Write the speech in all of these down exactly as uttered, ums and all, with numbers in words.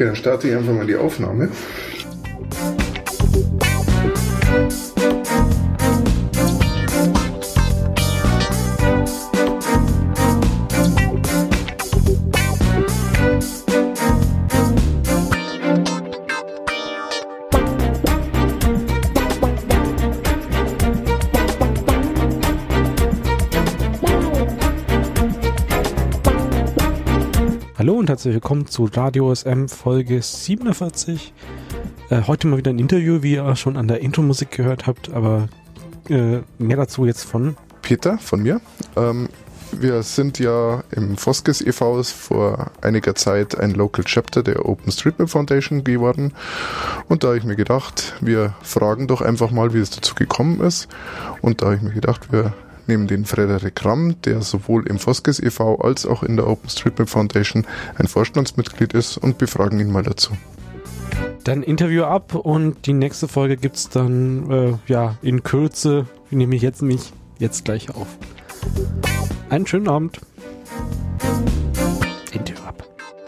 Okay, dann starte ich einfach mal die Aufnahme. Hallo und herzlich willkommen zu Radio O S M Folge siebenundvierzig. Äh, heute mal wieder ein Interview, wie ihr schon an der Intro-Musik gehört habt, aber äh, mehr dazu jetzt von Peter, von mir. Ähm, wir sind ja im Foskis e V vor einiger Zeit ein Local Chapter der OpenStreetMap Foundation geworden und da habe ich mir gedacht, wir fragen doch einfach mal, wie es dazu gekommen ist, und da habe ich mir gedacht, wir nehmen den Frederik Ramm, der sowohl im Foskis e V als auch in der OpenStreetMap Foundation ein Vorstandsmitglied ist, und befragen ihn mal dazu. Dann Interview ab und die nächste Folge gibt's dann äh, ja in Kürze. Die nehme ich jetzt nicht jetzt gleich auf. Einen schönen Abend. Interview ab.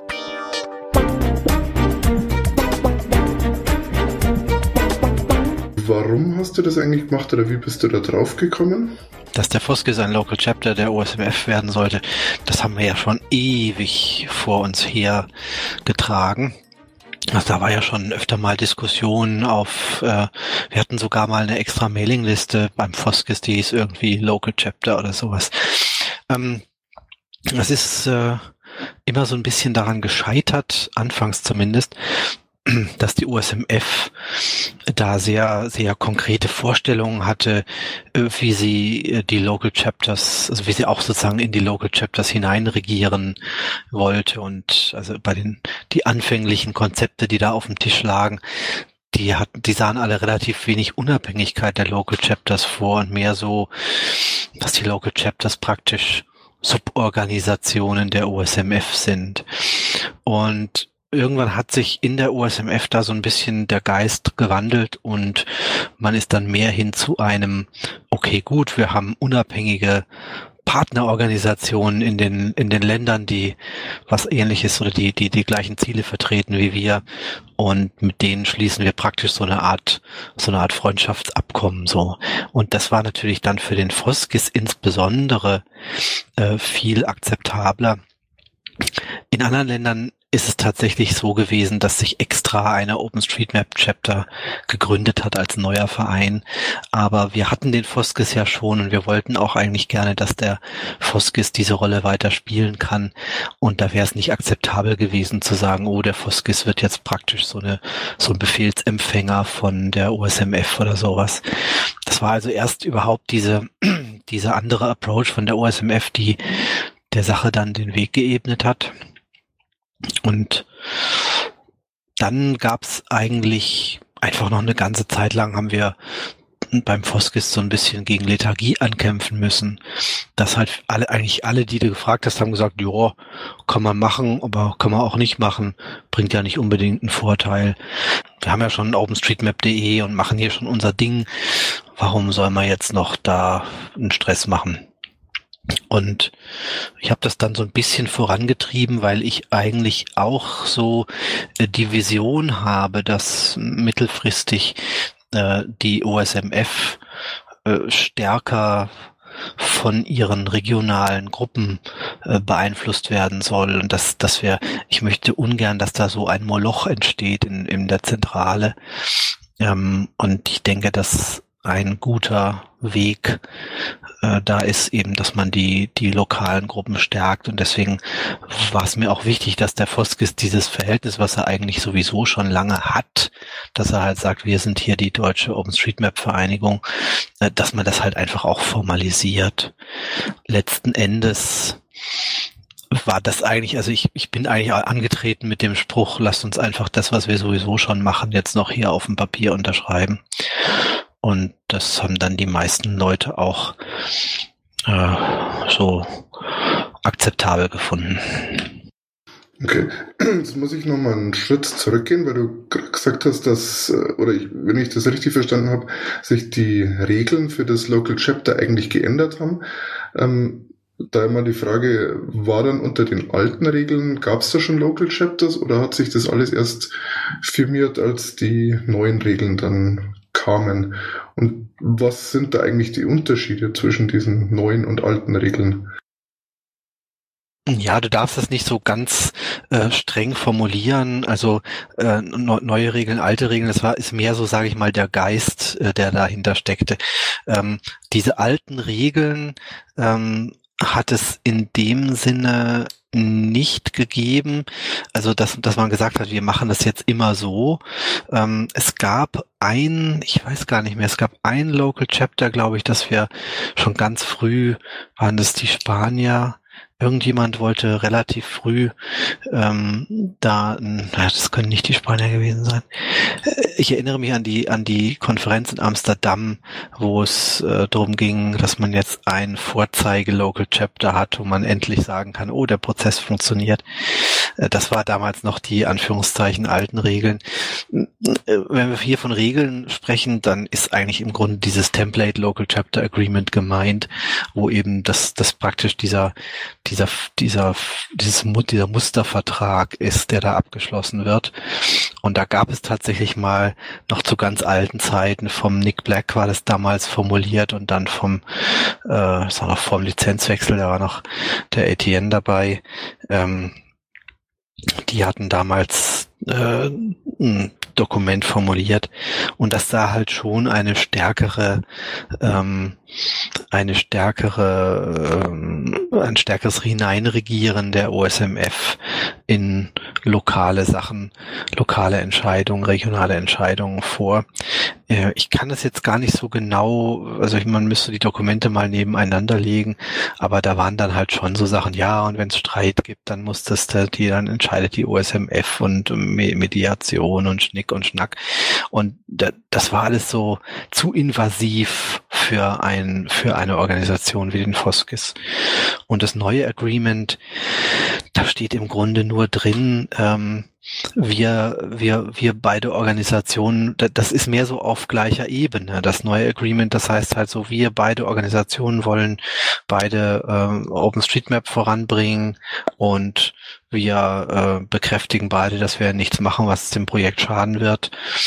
Warum hast du das eigentlich gemacht, oder wie bist du da drauf gekommen? Dass der Foskis ein Local Chapter der O S M F werden sollte, das haben wir ja schon ewig vor uns her getragen. Also da war ja schon öfter mal Diskussionen auf, äh, wir hatten sogar mal eine extra Mailingliste beim Foskis, die hieß irgendwie Local Chapter oder sowas. Ähm, das ist äh, immer so ein bisschen daran gescheitert, anfangs zumindest, dass die O S M F da sehr, sehr konkrete Vorstellungen hatte, wie sie die Local Chapters, also wie sie auch sozusagen in die Local Chapters hineinregieren wollte, und also bei den, die anfänglichen Konzepte, die da auf dem Tisch lagen, die hatten, die sahen alle relativ wenig Unabhängigkeit der Local Chapters vor und mehr so, dass die Local Chapters praktisch Suborganisationen der O S M F sind. Und irgendwann hat sich in der O S M F da so ein bisschen der Geist gewandelt und man ist dann mehr hin zu einem, okay, gut, wir haben unabhängige Partnerorganisationen in den in den Ländern, die was Ähnliches oder die die die gleichen Ziele vertreten wie wir, und mit denen schließen wir praktisch so eine Art so eine Art Freundschaftsabkommen so. Und das war natürlich dann für den Foskis insbesondere äh, viel akzeptabler. In anderen Ländern ist es tatsächlich so gewesen, dass sich extra eine OpenStreetMap-Chapter gegründet hat als neuer Verein. Aber wir hatten den Foskis ja schon und wir wollten auch eigentlich gerne, dass der Foskis diese Rolle weiter spielen kann. Und da wäre es nicht akzeptabel gewesen zu sagen, oh, der Foskis wird jetzt praktisch so eine so ein Befehlsempfänger von der O S M F oder sowas. Das war also erst überhaupt diese diese andere Approach von der O S M F, die der Sache dann den Weg geebnet hat. Und dann gab's eigentlich einfach noch eine ganze Zeit lang, haben wir beim Foskis so ein bisschen gegen Lethargie ankämpfen müssen. Dass halt alle, eigentlich alle, die du gefragt hast, haben gesagt, ja, kann man machen, aber kann man auch nicht machen. Bringt ja nicht unbedingt einen Vorteil. Wir haben ja schon OpenStreetMap punkt de und machen hier schon unser Ding. Warum soll man jetzt noch da einen Stress machen? Und ich habe das dann so ein bisschen vorangetrieben, weil ich eigentlich auch so äh, die Vision habe, dass mittelfristig äh, die O S M F äh, stärker von ihren regionalen Gruppen äh, beeinflusst werden soll, und dass dass wir, ich möchte ungern, dass da so ein Moloch entsteht in in der Zentrale, ähm, und ich denke, dass ein guter Weg äh, da ist eben, dass man die die lokalen Gruppen stärkt, und deswegen war es mir auch wichtig, dass der Foskis dieses Verhältnis, was er eigentlich sowieso schon lange hat, dass er halt sagt, wir sind hier die deutsche OpenStreetMap-Vereinigung, äh, dass man das halt einfach auch formalisiert. Letzten Endes war das eigentlich, also ich ich bin eigentlich angetreten mit dem Spruch, lasst uns einfach das, was wir sowieso schon machen, jetzt noch hier auf dem Papier unterschreiben. Und das haben dann die meisten Leute auch äh, so akzeptabel gefunden. Okay, jetzt muss ich nochmal einen Schritt zurückgehen, weil du gerade gesagt hast, dass, oder ich, wenn ich das richtig verstanden habe, sich die Regeln für das Local Chapter eigentlich geändert haben. Ähm, Da immer die Frage, war dann unter den alten Regeln, gab es da schon Local Chapters oder hat sich das alles erst firmiert, als die neuen Regeln dann kamen? Und was sind da eigentlich die Unterschiede zwischen diesen neuen und alten Regeln? Ja, du darfst das nicht so ganz äh, streng formulieren. Also äh, ne, neue Regeln, alte Regeln, das war ist mehr so, sage ich mal, der Geist, äh, der dahinter steckte. Ähm, diese alten Regeln ähm, hat es in dem Sinne nicht gegeben, also dass, dass man gesagt hat, wir machen das jetzt immer so. Ähm, es gab ein, ich weiß gar nicht mehr, es gab ein Local Chapter, glaube ich, dass wir schon ganz früh, waren das die Spanier, irgendjemand wollte relativ früh ähm, da, na, das können nicht die Spanier gewesen sein. Ich erinnere mich an die an die Konferenz in Amsterdam, wo es äh, darum ging, dass man jetzt ein Vorzeige-Local Chapter hat, wo man endlich sagen kann, oh, der Prozess funktioniert. Äh, das war damals noch die Anführungszeichen alten Regeln. Äh, wenn wir hier von Regeln sprechen, dann ist eigentlich im Grunde dieses Template Local Chapter Agreement gemeint, wo eben das das praktisch dieser dieser dieser dieses dieser Mustervertrag ist, der da abgeschlossen wird. Und da gab es tatsächlich mal noch zu ganz alten Zeiten, vom Nick Black war das damals formuliert und dann vom äh, das war noch vom Lizenzwechsel, da war noch der Etienne dabei. Ähm, die hatten damals äh, ein Dokument formuliert und dass da halt schon eine stärkere ähm, eine stärkere ähm, ein stärkeres Hineinregieren der O S M F in lokale Sachen, lokale Entscheidungen, regionale Entscheidungen vor. Äh, ich kann das jetzt gar nicht so genau, also ich, man müsste die Dokumente mal nebeneinander legen, aber da waren dann halt schon so Sachen, ja, und wenn es Streit gibt, dann muss das, die dann entscheidet die O S M F und Mediation und Schnick und Schnack. Und das war alles so zu invasiv für ein für eine Organisation wie den Foskis. Und das neue Agreement, da steht im Grunde nur drin, ähm, wir wir wir beide Organisationen, das ist mehr so auf gleicher Ebene. Das neue Agreement, das heißt halt so, wir beide Organisationen wollen beide äh, OpenStreetMap voranbringen und wir äh, bekräftigen beide, dass wir nichts machen, was dem Projekt schaden wird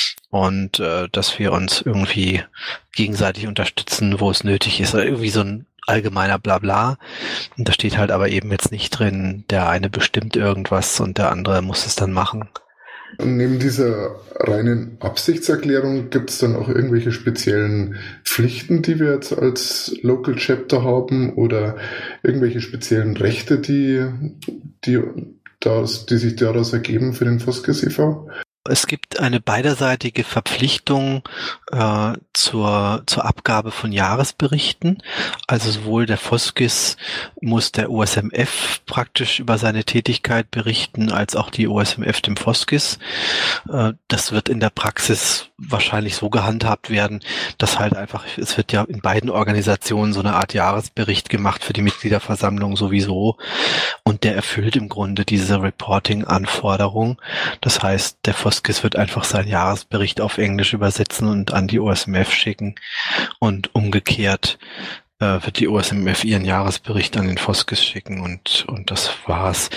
und äh, dass wir uns irgendwie gegenseitig unterstützen, wo es nötig ist. Oder irgendwie so ein allgemeiner Blabla. Und da steht halt aber eben jetzt nicht drin, der eine bestimmt irgendwas und der andere muss es dann machen. Neben dieser reinen Absichtserklärung gibt es dann auch irgendwelche speziellen Pflichten, die wir jetzt als Local Chapter haben oder irgendwelche speziellen Rechte, die, die, das, die sich daraus ergeben für den Foskis e V? Es gibt eine beiderseitige Verpflichtung äh, zur zur Abgabe von Jahresberichten. Also sowohl der Foskis muss der O S M F praktisch über seine Tätigkeit berichten, als auch die O S M F dem Foskis. Äh, das wird in der Praxis wahrscheinlich so gehandhabt werden, dass halt einfach, es wird ja in beiden Organisationen so eine Art Jahresbericht gemacht für die Mitgliederversammlung sowieso. Und der erfüllt im Grunde diese Reporting-Anforderung. Das heißt, der Foskis wird einfach seinen Jahresbericht auf Englisch übersetzen und an die O S M F schicken und umgekehrt äh, wird die O S M F ihren Jahresbericht an den Foskis schicken und und das war's.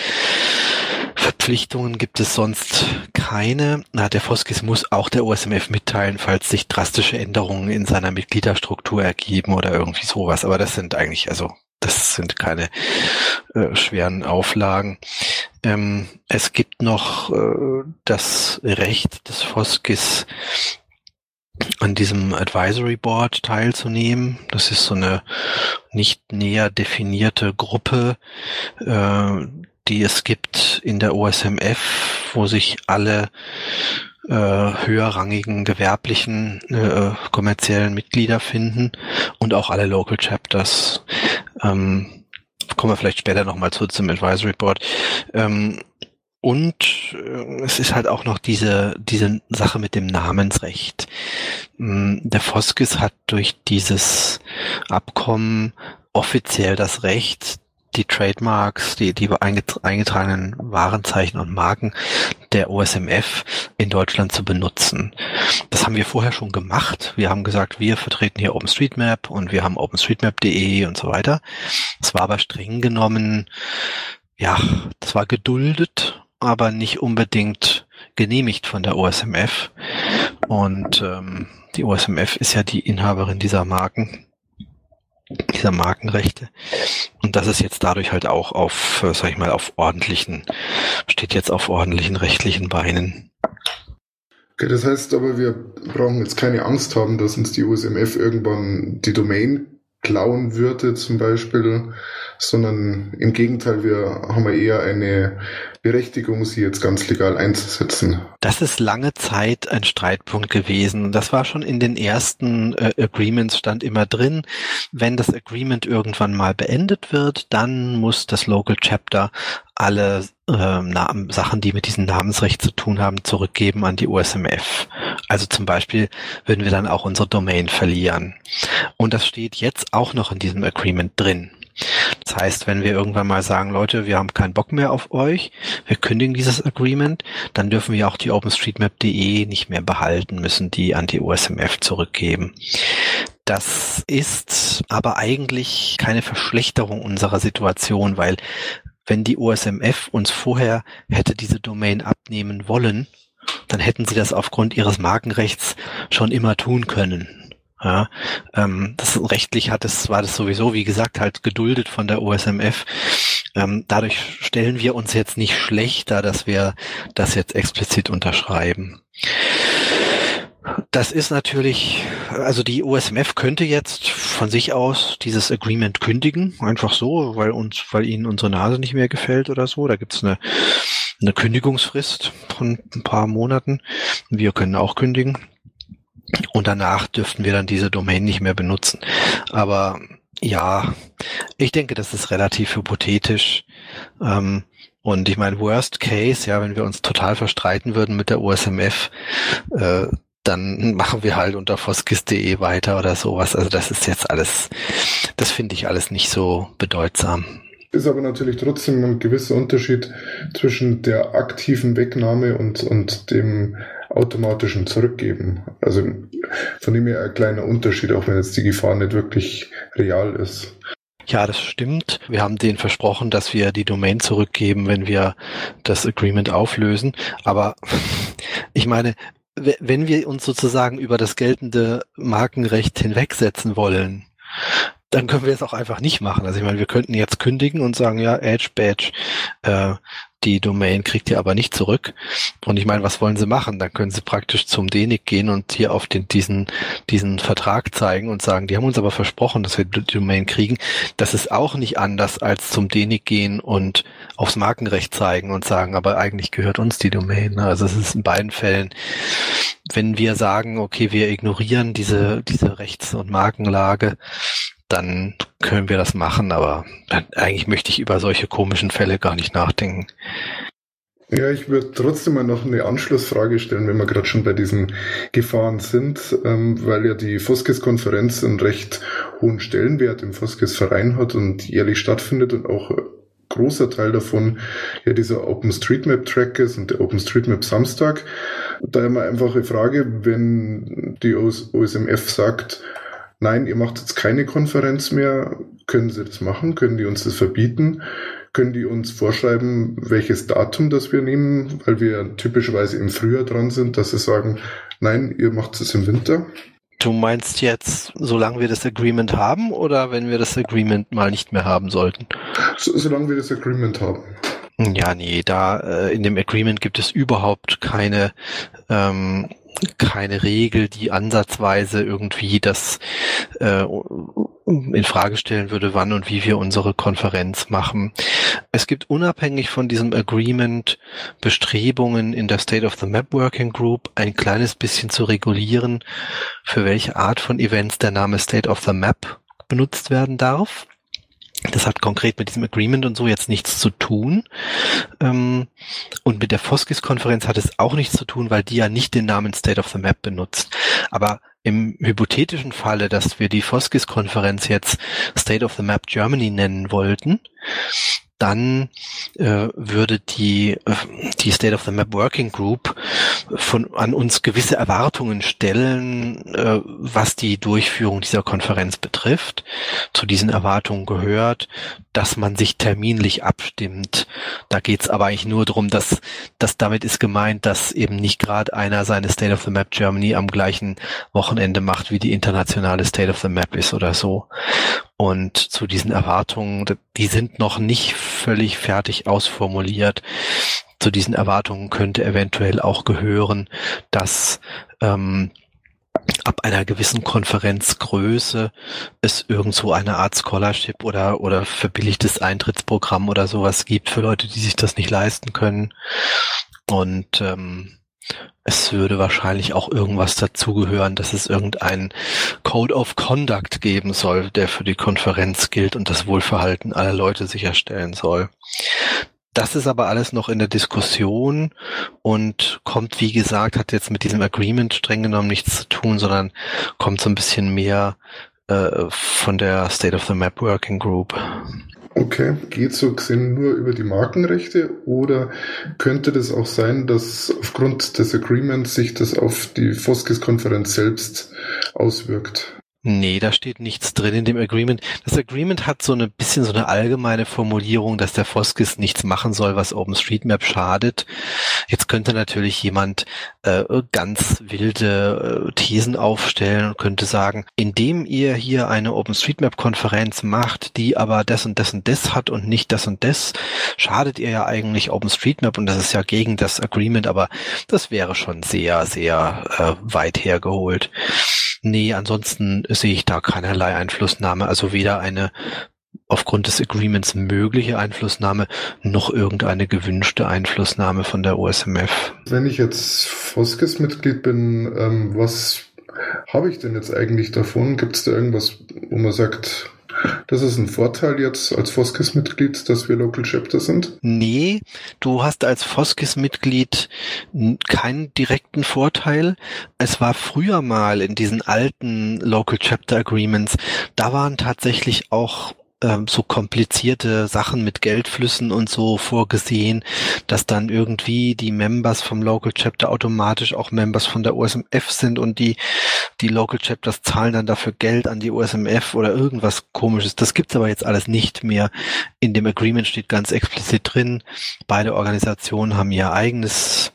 Verpflichtungen gibt es sonst keine. Na, der Foskis muss auch der O S M F mitteilen, falls sich drastische Änderungen in seiner Mitgliederstruktur ergeben oder irgendwie sowas. Aber das sind eigentlich, also das sind keine äh, schweren Auflagen. Ähm, es gibt noch äh, das Recht des Foskis, an diesem Advisory Board teilzunehmen. Das ist so eine nicht näher definierte Gruppe, äh, die es gibt in der O S M F, wo sich alle äh, höherrangigen gewerblichen äh, kommerziellen Mitglieder finden und auch alle Local Chapters. Ähm, kommen wir vielleicht später nochmal zu zum Advisory Board. Ähm, und äh, es ist halt auch noch diese diese Sache mit dem Namensrecht. Ähm, der Foskis hat durch dieses Abkommen offiziell das Recht, die Trademarks, die, die eingetragenen Warenzeichen und Marken der O S M F in Deutschland zu benutzen. Das haben wir vorher schon gemacht. Wir haben gesagt, wir vertreten hier OpenStreetMap und wir haben OpenStreetMap punkt de und so weiter. Das war aber streng genommen, ja, das war geduldet, aber nicht unbedingt genehmigt von der O S M F. Und ähm, die O S M F ist ja die Inhaberin dieser Marken, dieser Markenrechte. Und das ist jetzt dadurch halt auch auf, sag ich mal, auf ordentlichen, steht jetzt auf ordentlichen rechtlichen Beinen. Okay, das heißt aber, wir brauchen jetzt keine Angst haben, dass uns die O S M F irgendwann die Domain klauen würde zum Beispiel, sondern im Gegenteil, wir haben ja eher eine Berechtigung, sie jetzt ganz legal einzusetzen. Das ist lange Zeit ein Streitpunkt gewesen. Das war schon in den ersten äh, Agreements, stand immer drin, wenn das Agreement irgendwann mal beendet wird, dann muss das Local Chapter alle äh, Namen, Sachen, die mit diesem Namensrecht zu tun haben, zurückgeben an die O S M F. Also zum Beispiel würden wir dann auch unsere Domain verlieren. Und das steht jetzt auch noch in diesem Agreement drin. Das heißt, wenn wir irgendwann mal sagen, Leute, wir haben keinen Bock mehr auf euch, wir kündigen dieses Agreement, dann dürfen wir auch die OpenStreetMap punkt de nicht mehr behalten, müssen die an die O S M F zurückgeben. Das ist aber eigentlich keine Verschlechterung unserer Situation, weil wenn die O S M F uns vorher hätte diese Domain abnehmen wollen, dann hätten sie das aufgrund ihres Markenrechts schon immer tun können. Ja, ähm, das rechtlich hat es, war das sowieso, wie gesagt, halt geduldet von der O S M F. Ähm, dadurch stellen wir uns jetzt nicht schlechter, dass wir das jetzt explizit unterschreiben. Das ist natürlich, also die O S M F könnte jetzt von sich aus dieses Agreement kündigen, einfach so, weil uns, weil ihnen unsere Nase nicht mehr gefällt oder so. Da gibt's eine, eine Kündigungsfrist von ein paar Monaten. Wir können auch kündigen. Und danach dürften wir dann diese Domain nicht mehr benutzen. Aber ja, ich denke, das ist relativ hypothetisch. Ähm, und ich meine, worst case, ja, wenn wir uns total verstreiten würden mit der O S M F, äh, dann machen wir halt unter foskis punkt de weiter oder sowas. Also das ist jetzt alles, das finde ich alles nicht so bedeutsam. Ist aber natürlich trotzdem ein gewisser Unterschied zwischen der aktiven Wegnahme und, und dem automatischen Zurückgeben. Also von dem her ein kleiner Unterschied, auch wenn jetzt die Gefahr nicht wirklich real ist. Ja, das stimmt. Wir haben denen versprochen, dass wir die Domain zurückgeben, wenn wir das Agreement auflösen. Aber ich meine, wenn wir uns sozusagen über das geltende Markenrecht hinwegsetzen wollen, dann können wir es auch einfach nicht machen. Also ich meine, wir könnten jetzt kündigen und sagen, ja, Edge Badge, äh, die Domain kriegt ihr aber nicht zurück. Und ich meine, was wollen sie machen? Dann können sie praktisch zum D N I C gehen und hier auf den, diesen, diesen Vertrag zeigen und sagen, die haben uns aber versprochen, dass wir die Domain kriegen. Das ist auch nicht anders als zum D N I C gehen und aufs Markenrecht zeigen und sagen, aber eigentlich gehört uns die Domain. Also es ist in beiden Fällen, wenn wir sagen, okay, wir ignorieren diese, diese Rechts- und Markenlage, dann können wir das machen, aber eigentlich möchte ich über solche komischen Fälle gar nicht nachdenken. Ja, ich würde trotzdem mal noch eine Anschlussfrage stellen, wenn wir gerade schon bei diesen Gefahren sind, ähm, weil ja die Foskis-Konferenz einen recht hohen Stellenwert im Foskis-Verein hat und jährlich stattfindet und auch ein großer Teil davon ja dieser OpenStreetMap-Track ist und der OpenStreetMap-Samstag. Da immer einfach eine Frage, wenn die O S M F sagt, nein, ihr macht jetzt keine Konferenz mehr, können sie das machen? Können die uns das verbieten? Können die uns vorschreiben, welches Datum das wir nehmen? Weil wir typischerweise im Frühjahr dran sind, dass sie sagen, nein, ihr macht es im Winter. Du meinst jetzt, solange wir das Agreement haben oder wenn wir das Agreement mal nicht mehr haben sollten? So, solange wir das Agreement haben. Ja, nee, da äh, in dem Agreement gibt es überhaupt keine ähm, keine Regel, die ansatzweise irgendwie das äh, in Frage stellen würde, wann und wie wir unsere Konferenz machen. Es gibt unabhängig von diesem Agreement Bestrebungen in der State of the Map Working Group ein kleines bisschen zu regulieren, für welche Art von Events der Name State of the Map benutzt werden darf. Das hat konkret mit diesem Agreement und so jetzt nichts zu tun. Ähm, und mit der Foskis-Konferenz hat es auch nichts zu tun, weil die ja nicht den Namen State of the Map benutzt. Aber im hypothetischen Falle, dass wir die Foskis-Konferenz jetzt State of the Map Germany nennen wollten, dann äh, würde die äh, die State of the Map Working Group von an uns gewisse Erwartungen stellen, äh, was die Durchführung dieser Konferenz betrifft. Zu diesen Erwartungen gehört, dass man sich terminlich abstimmt. Da geht es aber eigentlich nur darum, dass, dass damit ist gemeint, dass eben nicht gerade einer seine State of the Map Germany am gleichen Wochenende macht, wie die internationale State of the Map ist oder so. Und zu diesen Erwartungen, die sind noch nicht völlig fertig ausformuliert. Zu diesen Erwartungen könnte eventuell auch gehören, dass ähm, ab einer gewissen Konferenzgröße es irgendwo eine Art Scholarship oder oder verbilligtes Eintrittsprogramm oder sowas gibt für Leute, die sich das nicht leisten können. Und ähm, es würde wahrscheinlich auch irgendwas dazugehören, dass es irgendeinen Code of Conduct geben soll, der für die Konferenz gilt und das Wohlverhalten aller Leute sicherstellen soll. Das ist aber alles noch in der Diskussion und kommt, wie gesagt, hat jetzt mit diesem Agreement streng genommen nichts zu tun, sondern kommt so ein bisschen mehr äh, von der State of the Map Working Group. Okay, geht so gesehen nur über die Markenrechte oder könnte das auch sein, dass aufgrund des Agreements sich das auf die Foskis-Konferenz selbst auswirkt? Nee, da steht nichts drin in dem Agreement. Das Agreement hat so ein bisschen so eine allgemeine Formulierung, dass der Foskis nichts machen soll, was OpenStreetMap schadet. Jetzt könnte natürlich jemand äh, ganz wilde äh, Thesen aufstellen und könnte sagen, indem ihr hier eine OpenStreetMap-Konferenz macht, die aber das und das und das hat und nicht das und das, schadet ihr ja eigentlich OpenStreetMap und das ist ja gegen das Agreement, aber das wäre schon sehr, sehr äh, weit hergeholt. Nee, ansonsten sehe ich da keinerlei Einflussnahme, also weder eine aufgrund des Agreements mögliche Einflussnahme, noch irgendeine gewünschte Einflussnahme von der O S M F. Wenn ich jetzt Foskis-Mitglied bin, ähm, was habe ich denn jetzt eigentlich davon? Gibt es da irgendwas, wo man sagt, das ist ein Vorteil jetzt als Foskis-Mitglied, dass wir Local Chapter sind? Nee, du hast als Foskis-Mitglied keinen direkten Vorteil. Es war früher mal in diesen alten Local Chapter Agreements, da waren tatsächlich auch ähm, so komplizierte Sachen mit Geldflüssen und so vorgesehen, dass dann irgendwie die Members vom Local Chapter automatisch auch Members von der O S M F sind und die die Local Chapters zahlen dann dafür Geld an die O S M F oder irgendwas Komisches. Das gibt's aber jetzt alles nicht mehr. In dem Agreement steht ganz explizit drin, beide Organisationen haben ihr eigenes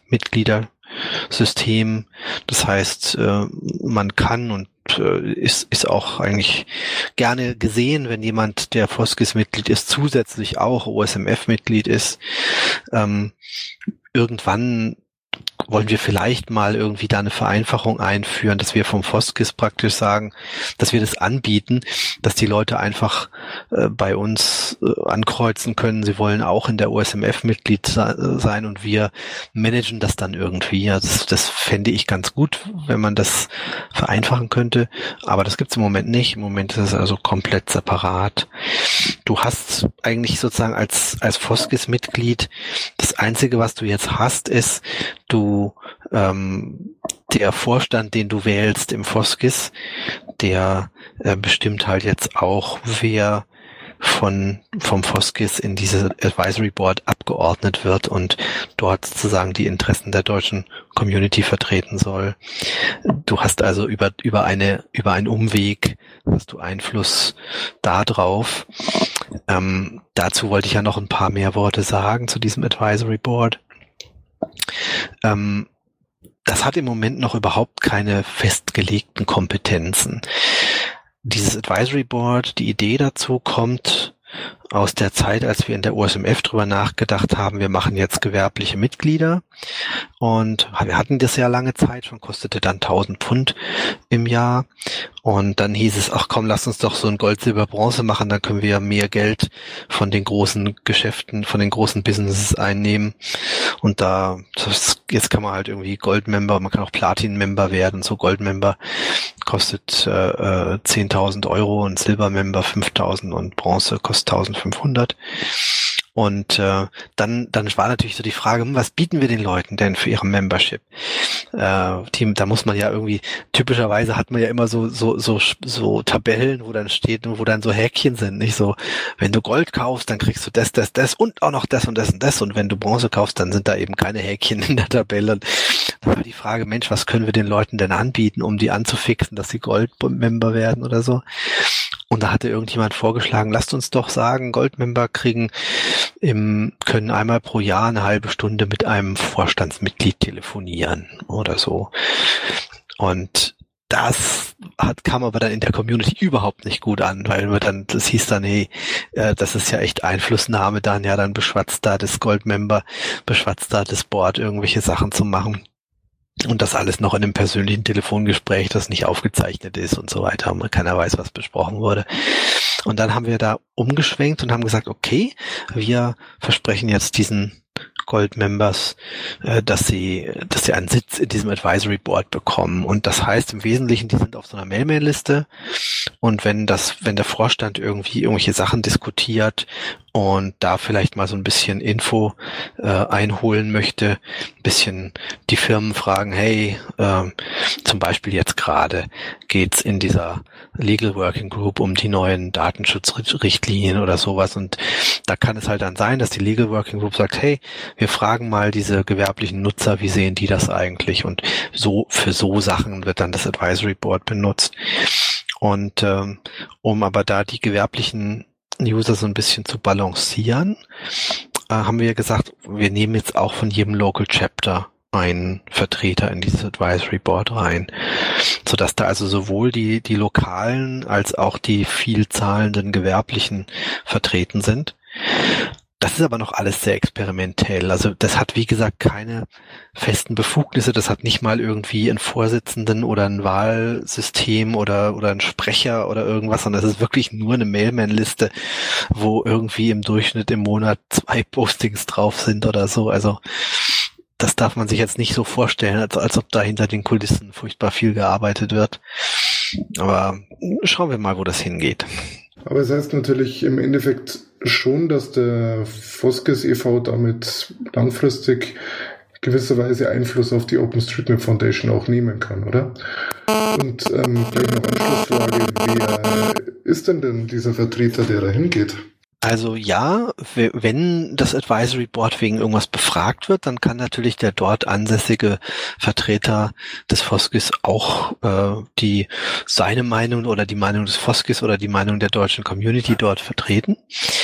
Mitgliedersystem. Das heißt, man kann und ist ist auch eigentlich gerne gesehen, wenn jemand, der Foskis-Mitglied ist, zusätzlich auch O S M F-Mitglied ist. Ähm, irgendwann wollen wir vielleicht mal irgendwie da eine Vereinfachung einführen, dass wir vom Foskis praktisch sagen, dass wir das anbieten, dass die Leute einfach äh, bei uns äh, ankreuzen können, sie wollen auch in der O S M F Mitglied sein und wir managen das dann irgendwie. Also das, das fände ich ganz gut, wenn man das vereinfachen könnte, aber das gibt's im Moment nicht. Im Moment ist es also komplett separat. Du hast eigentlich sozusagen als als Foskis-Mitglied, das Einzige, was du jetzt hast, ist, du ähm, der Vorstand, den du wählst im Foskis, der äh, bestimmt halt jetzt auch, wer von vom Foskis in diese Advisory Board abgeordnet wird und dort sozusagen die Interessen der deutschen Community vertreten soll. Du hast also über über eine über einen Umweg hast du Einfluss darauf. Ähm, dazu wollte ich ja noch ein paar mehr Worte sagen zu diesem Advisory Board. Ähm, das hat im Moment noch überhaupt keine festgelegten Kompetenzen. Dieses Advisory Board, die Idee dazu kommt aus der Zeit, als wir in der O S M F drüber nachgedacht haben, wir machen jetzt gewerbliche Mitglieder und wir hatten das ja lange Zeit schon, kostete dann tausend Pfund im Jahr und dann hieß es, ach komm, lass uns doch so ein Gold, Silber, Bronze machen, dann können wir ja mehr Geld von den großen Geschäften, von den großen Businesses einnehmen und da, das, jetzt kann man halt irgendwie Gold-Member, man kann auch Platin-Member werden, so Gold-Member kostet äh, zehntausend Euro und Silber-Member fünftausend und Bronze kostet eintausendfünfhundert. Und äh, dann dann war natürlich so die Frage, was bieten wir den Leuten denn für ihre Membership? äh, Team, da muss man ja irgendwie, typischerweise hat man ja immer so, so, so, so Tabellen, wo dann steht, wo dann so Häkchen sind, nicht so, wenn du Gold kaufst, dann kriegst du das, das, das und auch noch das und das und das und wenn du Bronze kaufst, dann sind da eben keine Häkchen in der Tabelle. Und da war die Frage, Mensch, was können wir den Leuten denn anbieten, um die anzufixen, dass sie Gold-Member werden oder so? Und da hatte irgendjemand vorgeschlagen, lasst uns doch sagen, Goldmember kriegen im, können einmal pro Jahr eine halbe Stunde mit einem Vorstandsmitglied telefonieren oder so. Und das hat, kam aber dann in der Community überhaupt nicht gut an, weil wir dann, das hieß dann, hey, äh, das ist ja echt Einflussnahme dann, ja, dann beschwatzt da das Goldmember, beschwatzt da das Board, irgendwelche Sachen zu machen. Und das alles noch in einem persönlichen Telefongespräch, das nicht aufgezeichnet ist und so weiter. Und keiner weiß, was besprochen wurde. Und dann haben wir da umgeschwenkt und haben gesagt, okay, wir versprechen jetzt diesen Gold-Members, äh, dass sie, dass sie einen Sitz in diesem Advisory Board bekommen. Und das heißt im Wesentlichen, die sind auf so einer Mailman-Liste. Und wenn das, wenn der Vorstand irgendwie irgendwelche Sachen diskutiert und da vielleicht mal so ein bisschen Info äh, einholen möchte, ein bisschen die Firmen fragen, hey, ähm, zum Beispiel jetzt gerade geht's in dieser Legal Working Group um die neuen Datenschutzrichtlinien oder sowas und da kann es halt dann sein, dass die Legal Working Group sagt, hey, wir fragen mal diese gewerblichen Nutzer, wie sehen die das eigentlich? Und so für so Sachen wird dann das Advisory Board benutzt. Und ähm, um aber da die gewerblichen User so ein bisschen zu balancieren, äh, haben wir gesagt, wir nehmen jetzt auch von jedem Local Chapter einen Vertreter in dieses Advisory Board rein, sodass da also sowohl die die lokalen als auch die vielzahlenden gewerblichen vertreten sind. Das ist aber noch alles sehr experimentell. Also das hat, wie gesagt, keine festen Befugnisse. Das hat nicht mal irgendwie einen Vorsitzenden oder ein Wahlsystem oder oder einen Sprecher oder irgendwas, sondern das ist wirklich nur eine Mailman-Liste, wo irgendwie im Durchschnitt im Monat zwei Postings drauf sind oder so. Also das darf man sich jetzt nicht so vorstellen, als, als ob da hinter den Kulissen furchtbar viel gearbeitet wird. Aber schauen wir mal, wo das hingeht. Aber es heißt natürlich im Endeffekt schon, dass der Foskis e V damit langfristig gewisserweise Einfluss auf die OpenStreetMap Foundation auch nehmen kann, oder? Und ähm, gleich noch Anschlussfrage, wer ist denn denn dieser Vertreter, der da hingeht? Also ja, wenn das Advisory Board wegen irgendwas befragt wird, dann kann natürlich der dort ansässige Vertreter des Foskis auch äh, die seine Meinung oder die Meinung des Foskis oder die Meinung der deutschen Community dort vertreten.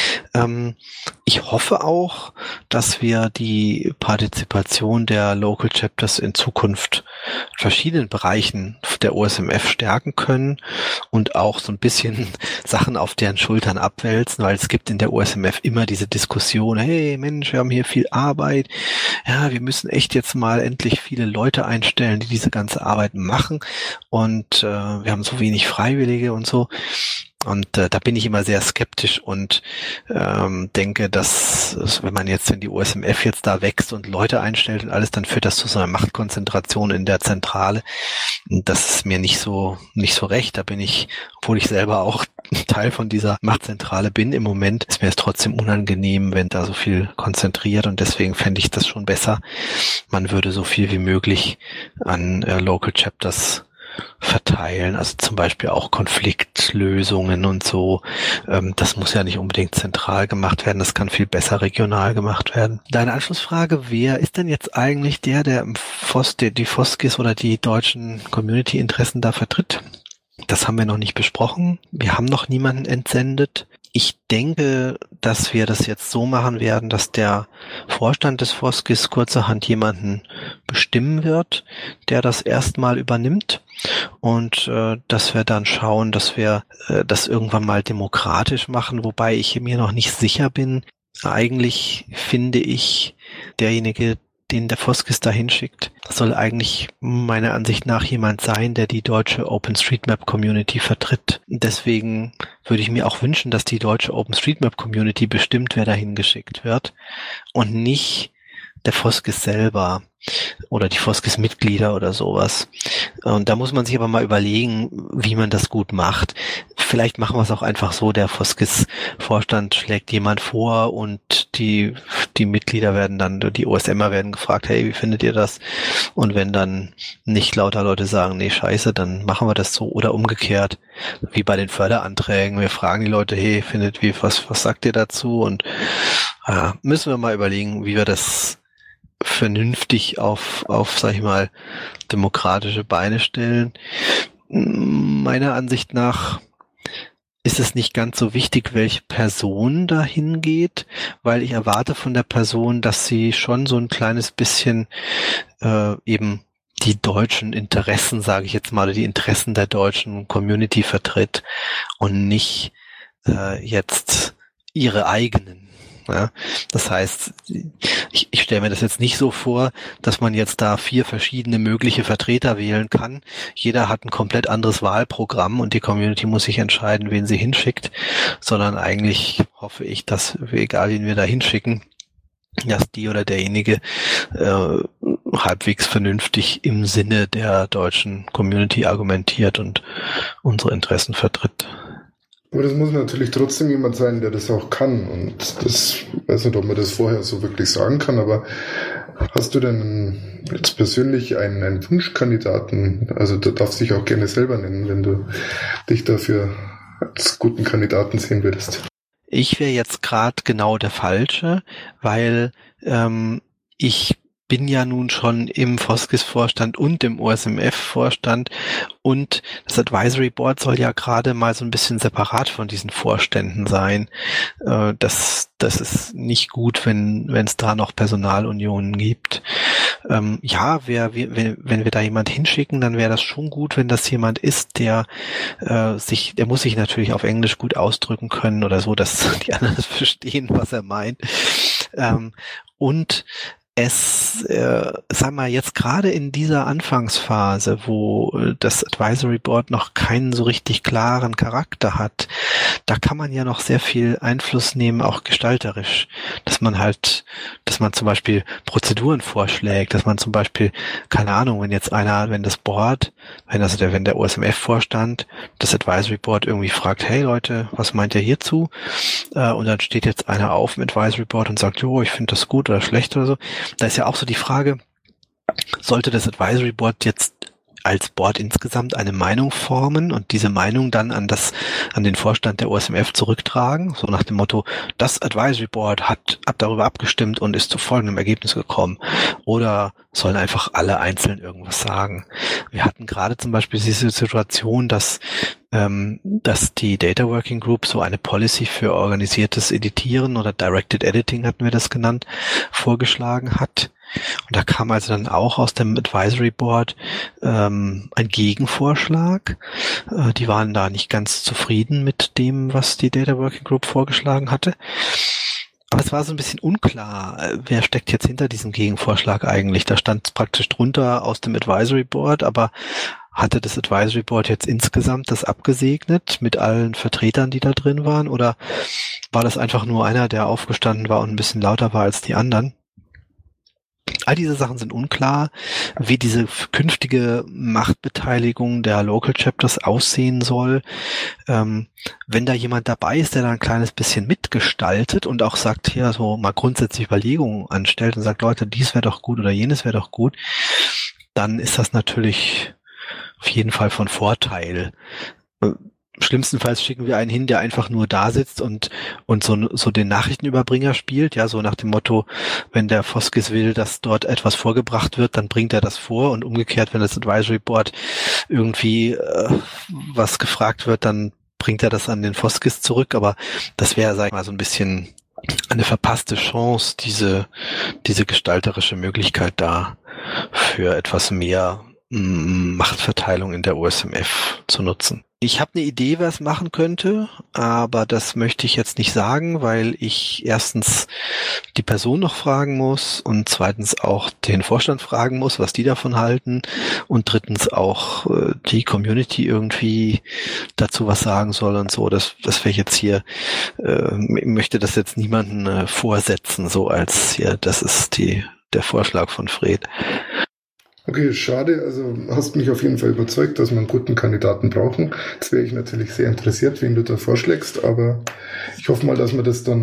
Ähm, ich hoffe auch, dass wir die Partizipation der Local Chapters in Zukunft in verschiedenen Bereichen der O S M F stärken können und auch so ein bisschen Sachen auf deren Schultern abwälzen, weil es gibt in der O S M F immer diese Diskussion, hey Mensch, wir haben hier viel Arbeit, ja, wir müssen echt jetzt mal endlich viele Leute einstellen, die diese ganze Arbeit machen und äh, wir haben so wenig Freiwillige und so. Und äh, da bin ich immer sehr skeptisch und ähm, denke, dass, dass wenn man jetzt, wenn die O S M F jetzt da wächst und Leute einstellt und alles, dann führt das zu so einer Machtkonzentration in der Zentrale. Und das ist mir nicht so nicht so recht. Da bin ich, obwohl ich selber auch Teil von dieser Machtzentrale bin im Moment, ist mir es trotzdem unangenehm, wenn da so viel konzentriert. Und deswegen fände ich das schon besser. Man würde so viel wie möglich an äh, Local Chapters verteilen, also zum Beispiel auch Konfliktlösungen und so. Ähm, das muss ja nicht unbedingt zentral gemacht werden, das kann viel besser regional gemacht werden. Deine Anschlussfrage, wer ist denn jetzt eigentlich der, der im Fos, der die Foskis oder die deutschen Community-Interessen da vertritt? Das haben wir noch nicht besprochen. Wir haben noch niemanden entsendet. Ich denke, dass wir das jetzt so machen werden, dass der Vorstand des Foskis kurzerhand jemanden bestimmen wird, der das erstmal übernimmt und äh, dass wir dann schauen, dass wir äh, das irgendwann mal demokratisch machen, wobei ich mir noch nicht sicher bin. Eigentlich finde ich, derjenige, den der Foskis da hinschickt, soll eigentlich meiner Ansicht nach jemand sein, der die deutsche OpenStreetMap-Community vertritt. Deswegen würde ich mir auch wünschen, dass die deutsche OpenStreetMap-Community bestimmt, wer dahin geschickt wird und nicht der Foskis selber oder die Foskis-Mitglieder oder sowas. Und da muss man sich aber mal überlegen, wie man das gut macht. Vielleicht machen wir es auch einfach so, der Foskis-Vorstand schlägt jemand vor und die die Mitglieder werden dann, die OSMer werden gefragt, hey, wie findet ihr das? Und wenn dann nicht lauter Leute sagen, nee, scheiße, dann machen wir das so. Oder umgekehrt, wie bei den Förderanträgen. Wir fragen die Leute, hey, findet wie, was, was sagt ihr dazu? Und ja, müssen wir mal überlegen, wie wir das vernünftig auf, auf, sag ich mal, demokratische Beine stellen. Meiner Ansicht nach ist es nicht ganz so wichtig, welche Person dahin geht, weil ich erwarte von der Person, dass sie schon so ein kleines bisschen äh, eben die deutschen Interessen, sage ich jetzt mal, oder die Interessen der deutschen Community vertritt und nicht äh, jetzt ihre eigenen. Ja, das heißt, ich, ich stelle mir das jetzt nicht so vor, dass man jetzt da vier verschiedene mögliche Vertreter wählen kann. Jeder hat ein komplett anderes Wahlprogramm und die Community muss sich entscheiden, wen sie hinschickt, sondern eigentlich hoffe ich, dass, egal wen wir da hinschicken, dass die oder derjenige äh, halbwegs vernünftig im Sinne der deutschen Community argumentiert und unsere Interessen vertritt. Aber das muss natürlich trotzdem jemand sein, der das auch kann. Und das, ich weiß nicht, ob man das vorher so wirklich sagen kann, aber hast du denn jetzt persönlich einen, einen Wunschkandidaten? Also du darfst dich auch gerne selber nennen, wenn du dich dafür als guten Kandidaten sehen würdest. Ich wäre jetzt gerade genau der Falsche, weil ähm, ich bin ja nun schon im Foskis-Vorstand und im O S M F-Vorstand und das Advisory Board soll ja gerade mal so ein bisschen separat von diesen Vorständen sein. Äh, das, das ist nicht gut, wenn wenn es da noch Personalunionen gibt. Ähm, ja, wer, wenn, wenn wir da jemand hinschicken, dann wäre das schon gut, wenn das jemand ist, der äh, sich, der muss sich natürlich auf Englisch gut ausdrücken können oder so, dass die anderen verstehen, was er meint. Ähm, und es, äh, sag mal, jetzt gerade in dieser Anfangsphase, wo äh, das Advisory Board noch keinen so richtig klaren Charakter hat, da kann man ja noch sehr viel Einfluss nehmen, auch gestalterisch, dass man halt, dass man zum Beispiel Prozeduren vorschlägt, dass man zum Beispiel, keine Ahnung, wenn jetzt einer, wenn das Board, wenn also der, wenn der O S M F-Vorstand das Advisory Board irgendwie fragt, hey Leute, was meint ihr hierzu? Äh, und dann steht jetzt einer auf im Advisory Board und sagt, jo, ich finde das gut oder schlecht oder so. Da ist ja auch so die Frage, sollte das Advisory Board jetzt als Board insgesamt eine Meinung formen und diese Meinung dann an das, an den Vorstand der O S M F zurücktragen, so nach dem Motto, das Advisory Board hat ab darüber abgestimmt und ist zu folgendem Ergebnis gekommen, oder sollen einfach alle einzeln irgendwas sagen? Wir hatten gerade zum Beispiel diese Situation, dass ähm, dass die Data Working Group so eine Policy für organisiertes Editieren oder Directed Editing hatten wir das genannt, vorgeschlagen hat. Und da kam also dann auch aus dem Advisory Board ähm, ein Gegenvorschlag. Äh, die waren da nicht ganz zufrieden mit dem, was die Data Working Group vorgeschlagen hatte. Aber es war so ein bisschen unklar, wer steckt jetzt hinter diesem Gegenvorschlag eigentlich. Da stand praktisch drunter aus dem Advisory Board, aber hatte das Advisory Board jetzt insgesamt das abgesegnet mit allen Vertretern, die da drin waren? Oder war das einfach nur einer, der aufgestanden war und ein bisschen lauter war als die anderen? All diese Sachen sind unklar, wie diese künftige Machtbeteiligung der Local Chapters aussehen soll. Ähm, wenn da jemand dabei ist, der da ein kleines bisschen mitgestaltet und auch sagt, hier so mal grundsätzlich Überlegungen anstellt und sagt, Leute, dies wäre doch gut oder jenes wäre doch gut, dann ist das natürlich auf jeden Fall von Vorteil. Schlimmstenfalls schicken wir einen hin, der einfach nur da sitzt und und so so den Nachrichtenüberbringer spielt, ja, so nach dem Motto, wenn der Foskis will, dass dort etwas vorgebracht wird, dann bringt er das vor, und umgekehrt, wenn das Advisory Board irgendwie äh, was gefragt wird, dann bringt er das an den Foskis zurück, aber das wäre, sag ich mal, so ein bisschen eine verpasste Chance, diese diese gestalterische Möglichkeit da für etwas mehr m- Machtverteilung in der O S M F zu nutzen. Ich habe eine Idee, wer es machen könnte, aber das möchte ich jetzt nicht sagen, weil ich erstens die Person noch fragen muss und zweitens auch den Vorstand fragen muss, was die davon halten, und drittens auch äh, die Community irgendwie dazu was sagen soll und so. Das, das wäre jetzt hier, äh, möchte das jetzt niemanden äh, vorsetzen, so als hier, das ist die der Vorschlag von Fred. Okay, schade. Also hast mich auf jeden Fall überzeugt, dass wir einen guten Kandidaten brauchen. Jetzt wäre ich natürlich sehr interessiert, wen du da vorschlägst, aber ich hoffe mal, dass wir das dann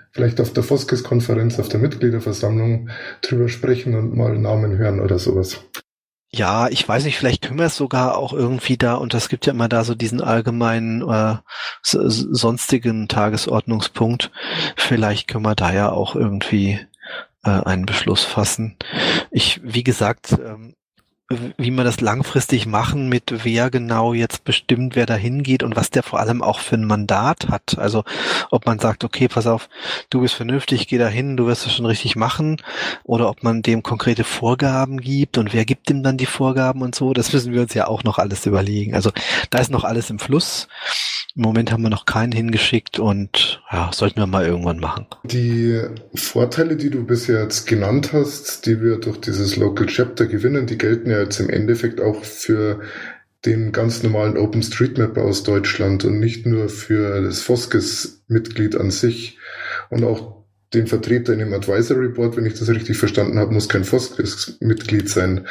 vielleicht auf der Foskis-Konferenz, auf der Mitgliederversammlung drüber sprechen und mal Namen hören oder sowas. Ja, ich weiß nicht, vielleicht können wir es sogar auch irgendwie da, und es gibt ja immer da so diesen allgemeinen äh, sonstigen Tagesordnungspunkt, vielleicht können wir da ja auch irgendwie äh, einen Beschluss fassen. Ich, wie gesagt, ähm, wie man das langfristig machen, mit wer genau jetzt bestimmt, wer da hingeht und was der vor allem auch für ein Mandat hat. Also ob man sagt, okay, pass auf, du bist vernünftig, geh da hin, du wirst es schon richtig machen, oder ob man dem konkrete Vorgaben gibt und wer gibt ihm dann die Vorgaben und so, das müssen wir uns ja auch noch alles überlegen. Also da ist noch alles im Fluss. Im Moment haben wir noch keinen hingeschickt und ja, sollten wir mal irgendwann machen. Die Vorteile, die du bisher jetzt genannt hast, die wir durch dieses Local Chapter gewinnen, die gelten ja jetzt im Endeffekt auch für den ganz normalen OpenStreetMap aus Deutschland und nicht nur für das Foskis-Mitglied an sich. Und auch den Vertreter in dem Advisory Board, wenn ich das richtig verstanden habe, muss kein Foskis-Mitglied sein.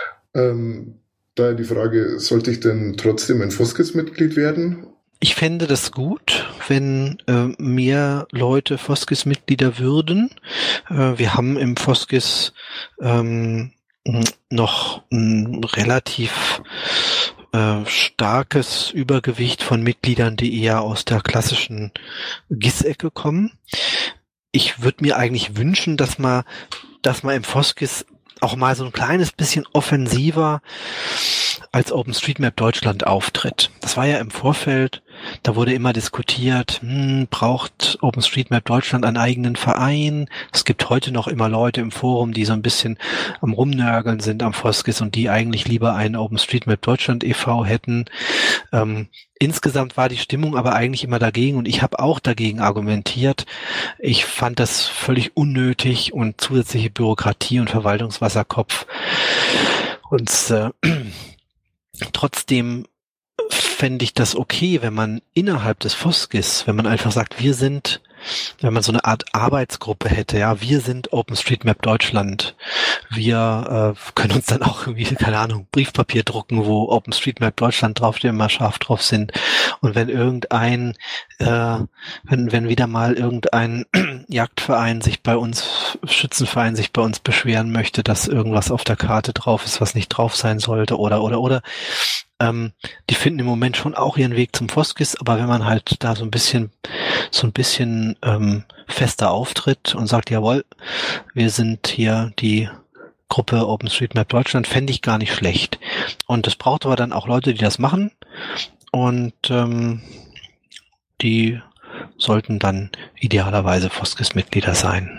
Ähm, daher die Frage, sollte ich denn trotzdem ein Foskis-Mitglied werden? Ich fände das gut, wenn äh, mehr Leute Foskis-Mitglieder würden. Äh, wir haben im Foskis ähm, noch ein relativ äh, starkes Übergewicht von Mitgliedern, die eher aus der klassischen G I S-Ecke kommen. Ich würde mir eigentlich wünschen, dass man, dass man im Foskis auch mal so ein kleines bisschen offensiver als OpenStreetMap Deutschland auftritt. Das war ja im Vorfeld, da wurde immer diskutiert, hm, braucht OpenStreetMap Deutschland einen eigenen Verein? Es gibt heute noch immer Leute im Forum, die so ein bisschen am Rumnörgeln sind am Foskis und die eigentlich lieber einen OpenStreetMap Deutschland e V hätten. Ähm, insgesamt war die Stimmung aber eigentlich immer dagegen und ich habe auch dagegen argumentiert. Ich fand das völlig unnötig und zusätzliche Bürokratie und Verwaltungswasserkopf. Und äh, trotzdem fände ich das okay, wenn man innerhalb des Foskis, wenn man einfach sagt, wir sind, wenn man so eine Art Arbeitsgruppe hätte, ja, wir sind OpenStreetMap Deutschland, wir äh, können uns dann auch irgendwie, keine Ahnung, Briefpapier drucken, wo OpenStreetMap Deutschland draufsteht, immer scharf drauf sind, und wenn irgendein, äh, wenn, wenn wieder mal irgendein Jagdverein sich bei uns, Schützenverein sich bei uns beschweren möchte, dass irgendwas auf der Karte drauf ist, was nicht drauf sein sollte, oder, oder, oder, Ähm, die finden im Moment schon auch ihren Weg zum Foskis, aber wenn man halt da so ein bisschen, so ein bisschen ähm, fester auftritt und sagt, jawohl, wir sind hier die Gruppe OpenStreetMap Deutschland, fände ich gar nicht schlecht. Und es braucht aber dann auch Leute, die das machen, und ähm, die sollten dann idealerweise Foskis-Mitglieder sein.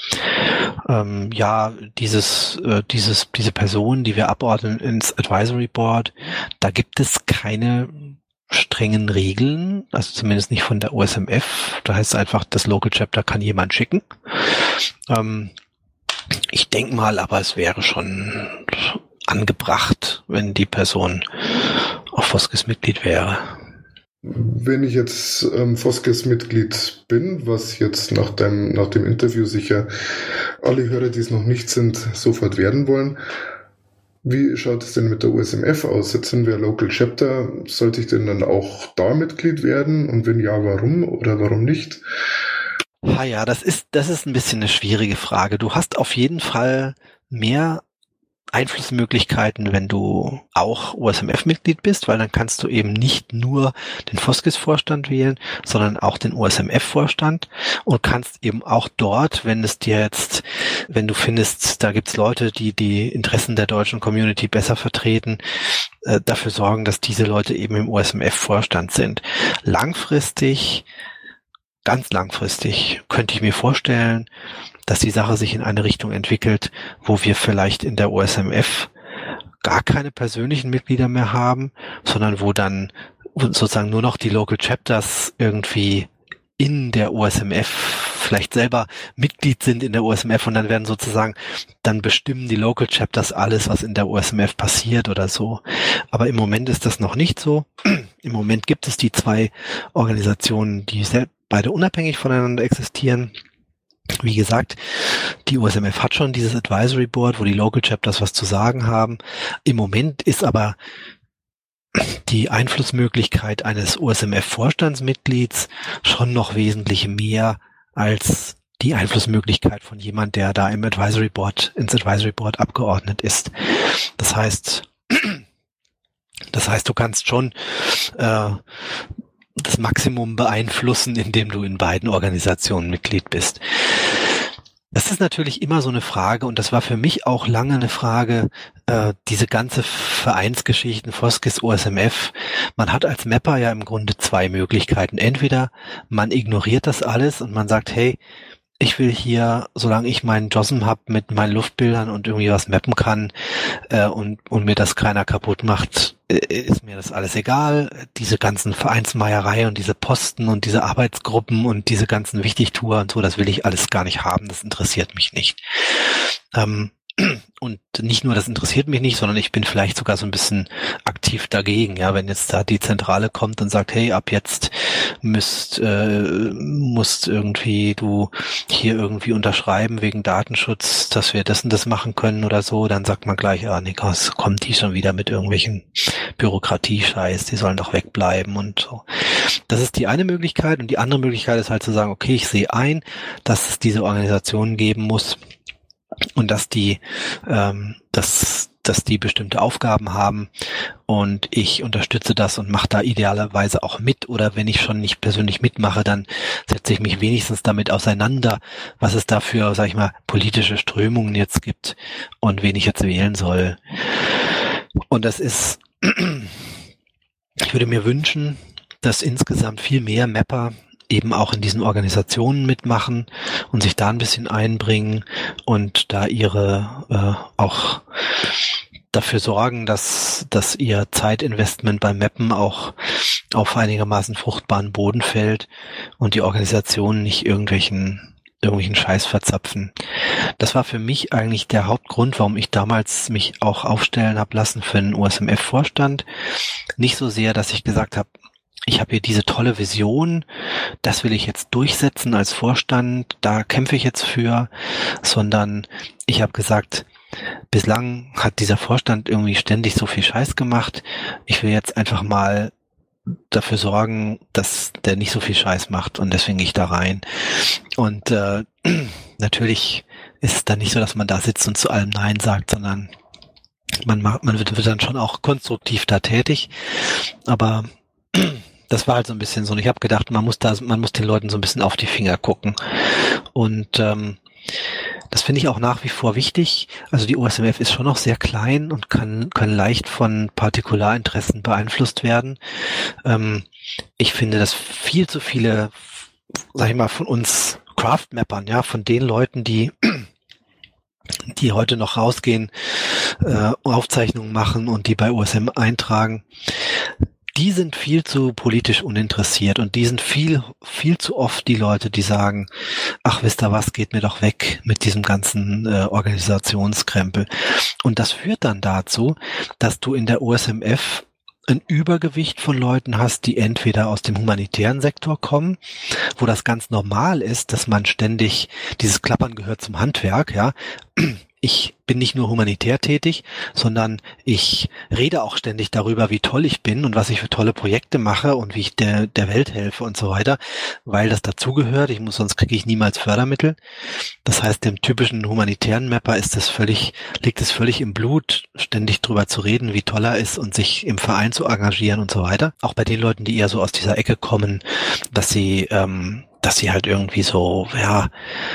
Ähm, ja, dieses, äh, dieses, diese Person, die wir abordnen ins Advisory Board, da gibt es keine strengen Regeln, also zumindest nicht von der O S M F. Da heißt es einfach, das Local Chapter kann jemand schicken. Ähm, ich denke mal, aber es wäre schon angebracht, wenn die Person auch Foskis-Mitglied wäre. Wenn ich jetzt ähm, Foskis-Mitglied bin, was jetzt nach dem, nach dem Interview sicher alle Hörer, die es noch nicht sind, sofort werden wollen, wie schaut es denn mit der O S M F aus? Jetzt sind wir Local Chapter. Sollte ich denn dann auch da Mitglied werden? Und wenn ja, warum oder warum nicht? Ah ja, das ist, das ist ein bisschen eine schwierige Frage. Du hast auf jeden Fall mehr Einflussmöglichkeiten, wenn du auch O S M F-Mitglied bist, weil dann kannst du eben nicht nur den Foskis-Vorstand wählen, sondern auch den O S M F-Vorstand und kannst eben auch dort, wenn es dir jetzt, wenn du findest, da gibt's Leute, die die Interessen der deutschen Community besser vertreten, äh, dafür sorgen, dass diese Leute eben im O S M F-Vorstand sind. Langfristig, ganz langfristig könnte ich mir vorstellen, dass die Sache sich in eine Richtung entwickelt, wo wir vielleicht in der O S M F gar keine persönlichen Mitglieder mehr haben, sondern wo dann sozusagen nur noch die Local Chapters irgendwie in der O S M F vielleicht selber Mitglied sind in der O S M F und dann werden sozusagen, dann bestimmen die Local Chapters alles, was in der O S M F passiert oder so. Aber im Moment ist das noch nicht so. Im Moment gibt es die zwei Organisationen, die beide unabhängig voneinander existieren. Wie gesagt, die O S M F hat schon dieses Advisory Board, wo die Local Chapters was zu sagen haben. Im Moment ist aber die Einflussmöglichkeit eines O S M F-Vorstandsmitglieds schon noch wesentlich mehr als die Einflussmöglichkeit von jemand, der da im Advisory Board, ins Advisory Board abgeordnet ist. Das heißt, das heißt, du kannst schon äh, das Maximum beeinflussen, indem du in beiden Organisationen Mitglied bist. Das ist natürlich immer so eine Frage, und das war für mich auch lange eine Frage, äh, diese ganze Vereinsgeschichten, Foskis, O S M F. Man hat als Mapper ja im Grunde zwei Möglichkeiten. Entweder man ignoriert das alles und man sagt, hey, ich will hier, solange ich meinen J O S M habe mit meinen Luftbildern und irgendwie was mappen kann äh, und, und mir das keiner kaputt macht, äh, ist mir das alles egal. Diese ganzen Vereinsmeierei und diese Posten und diese Arbeitsgruppen und diese ganzen Wichtigtour und so, das will ich alles gar nicht haben, das interessiert mich nicht. Ähm, Und nicht nur, das interessiert mich nicht, sondern ich bin vielleicht sogar so ein bisschen aktiv dagegen. Ja, wenn jetzt da die Zentrale kommt und sagt, hey, ab jetzt müsst, äh, musst irgendwie du hier irgendwie unterschreiben wegen Datenschutz, dass wir das und das machen können oder so, dann sagt man gleich, ah, nee, was kommt die schon wieder mit irgendwelchen Bürokratiescheiß, die sollen doch wegbleiben und so. Das ist die eine Möglichkeit, und die andere Möglichkeit ist halt zu sagen, okay, ich sehe ein, dass es diese Organisationen geben muss, und dass die, ähm, dass, dass die bestimmte Aufgaben haben, und ich unterstütze das und mache da idealerweise auch mit, oder wenn ich schon nicht persönlich mitmache, dann setze ich mich wenigstens damit auseinander, was es da für, sag ich mal, politische Strömungen jetzt gibt und wen ich jetzt wählen soll. Und das ist, ich würde mir wünschen, dass insgesamt viel mehr Mapper eben auch in diesen Organisationen mitmachen und sich da ein bisschen einbringen und da ihre äh, auch dafür sorgen, dass dass ihr Zeitinvestment beim Mappen auch auf einigermaßen fruchtbaren Boden fällt und die Organisationen nicht irgendwelchen irgendwelchen Scheiß verzapfen. Das war für mich eigentlich der Hauptgrund, warum ich damals mich auch aufstellen habe lassen für den O S M F-Vorstand. Nicht so sehr, dass ich gesagt habe, ich habe hier diese tolle Vision, das will ich jetzt durchsetzen als Vorstand, da kämpfe ich jetzt für, sondern ich habe gesagt, bislang hat dieser Vorstand irgendwie ständig so viel Scheiß gemacht, ich will jetzt einfach mal dafür sorgen, dass der nicht so viel Scheiß macht, und deswegen gehe ich da rein. Und äh, natürlich ist es dann nicht so, dass man da sitzt und zu allem Nein sagt, sondern man macht, man wird, wird dann schon auch konstruktiv da tätig, aber das war halt so ein bisschen so. Und ich habe gedacht, man muss da, man muss den Leuten so ein bisschen auf die Finger gucken. Und ähm, das finde ich auch nach wie vor wichtig. Also die O S M F ist schon noch sehr klein und kann kann leicht von Partikularinteressen beeinflusst werden. Ähm, ich finde, dass viel zu viele, sag ich mal, von uns Craft-Mappern, ja, von den Leuten, die die heute noch rausgehen, äh, Aufzeichnungen machen und die bei O S M eintragen, die sind viel zu politisch uninteressiert, und die sind viel, viel zu oft die Leute, die sagen, ach, wisst ihr was, geht mir doch weg mit diesem ganzen äh, Organisationskrempel. Und das führt dann dazu, dass du in der O S M F ein Übergewicht von Leuten hast, die entweder aus dem humanitären Sektor kommen, wo das ganz normal ist, dass man ständig, dieses Klappern gehört zum Handwerk, ja, ich bin nicht nur humanitär tätig, sondern ich rede auch ständig darüber, wie toll ich bin und was ich für tolle Projekte mache und wie ich der, der Welt helfe und so weiter, weil das dazugehört. Ich muss, sonst kriege ich niemals Fördermittel. Das heißt, dem typischen humanitären Mapper ist es völlig, liegt es völlig im Blut, ständig drüber zu reden, wie toll er ist und sich im Verein zu engagieren und so weiter. Auch bei den Leuten, die eher so aus dieser Ecke kommen, dass sie, ähm, dass sie halt irgendwie so, ja,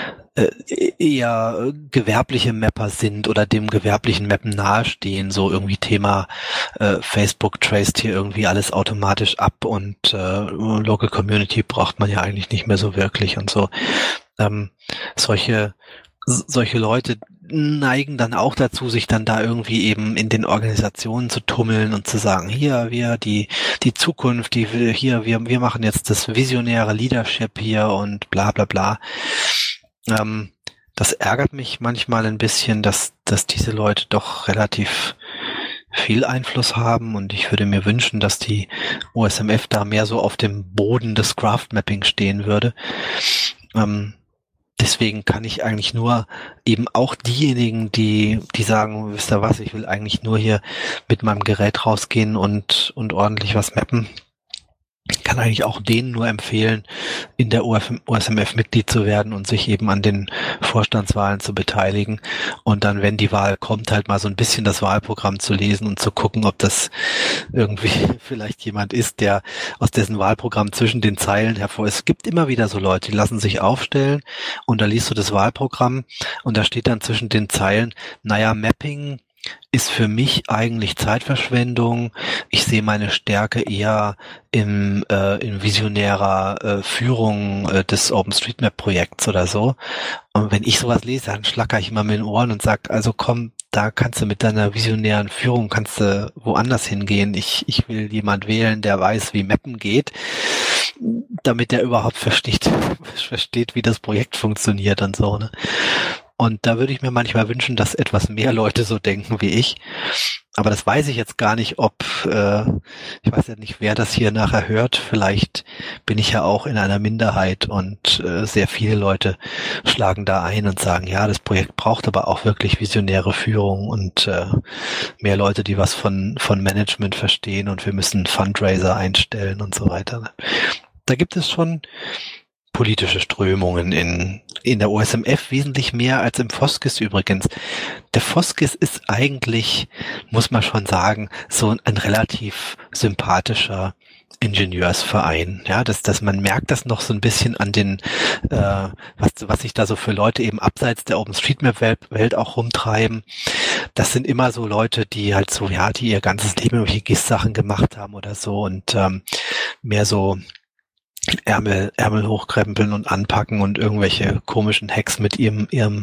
eher gewerbliche Mapper sind oder dem gewerblichen Mappen nahestehen, so irgendwie Thema äh, Facebook traced hier irgendwie alles automatisch ab und äh, Local Community braucht man ja eigentlich nicht mehr so wirklich und so. Ähm, solche solche Leute neigen dann auch dazu, sich dann da irgendwie eben in den Organisationen zu tummeln und zu sagen, hier, wir, die die Zukunft, die hier, wir wir machen jetzt das visionäre Leadership hier und bla bla bla. Ähm, das ärgert mich manchmal ein bisschen, dass dass diese Leute doch relativ viel Einfluss haben, und ich würde mir wünschen, dass die O S M F da mehr so auf dem Boden des Craft-Mapping stehen würde. Ähm, deswegen kann ich eigentlich nur eben auch diejenigen, die die sagen, wisst ihr was, ich will eigentlich nur hier mit meinem Gerät rausgehen und und ordentlich was mappen, kann eigentlich auch denen nur empfehlen, in der O S M F Mitglied zu werden und sich eben an den Vorstandswahlen zu beteiligen und dann, wenn die Wahl kommt, halt mal so ein bisschen das Wahlprogramm zu lesen und zu gucken, ob das irgendwie vielleicht jemand ist, der aus dessen Wahlprogramm zwischen den Zeilen hervor ist. Es gibt immer wieder so Leute, die lassen sich aufstellen und da liest du das Wahlprogramm und da steht dann zwischen den Zeilen, naja, Mapping ist für mich eigentlich Zeitverschwendung. Ich sehe meine Stärke eher im, äh, in visionärer äh, Führung äh, des OpenStreetMap-Projekts oder so. Und wenn ich sowas lese, dann schlacker ich immer mit den Ohren und sage, also komm, da kannst du mit deiner visionären Führung, kannst du woanders hingehen. Ich, ich will jemand wählen, der weiß, wie Mappen geht, damit er überhaupt versteht, versteht, wie das Projekt funktioniert und so, ne? Und da würde ich mir manchmal wünschen, dass etwas mehr Leute so denken wie ich. Aber das weiß ich jetzt gar nicht, ob, äh, ich weiß ja nicht, wer das hier nachher hört. Vielleicht bin ich ja auch in einer Minderheit und äh, sehr viele Leute schlagen da ein und sagen, ja, das Projekt braucht aber auch wirklich visionäre Führung und äh, mehr Leute, die was von, von Management verstehen und wir müssen Fundraiser einstellen und so weiter. Da gibt es schon politische Strömungen in in der O S M F wesentlich mehr als im Foskis übrigens. Der Foskis ist eigentlich, muss man schon sagen, so ein, ein relativ sympathischer Ingenieursverein. Ja, dass dass man merkt das noch so ein bisschen an den, äh, was was sich da so für Leute eben abseits der OpenStreetMap-Welt Welt auch rumtreiben. Das sind immer so Leute, die halt so, ja, die ihr ganzes Leben irgendwelche G I S-Sachen gemacht haben oder so und ähm, mehr so Ärmel, Ärmel hochkrempeln und anpacken und irgendwelche komischen Hacks mit ihrem, ihrem,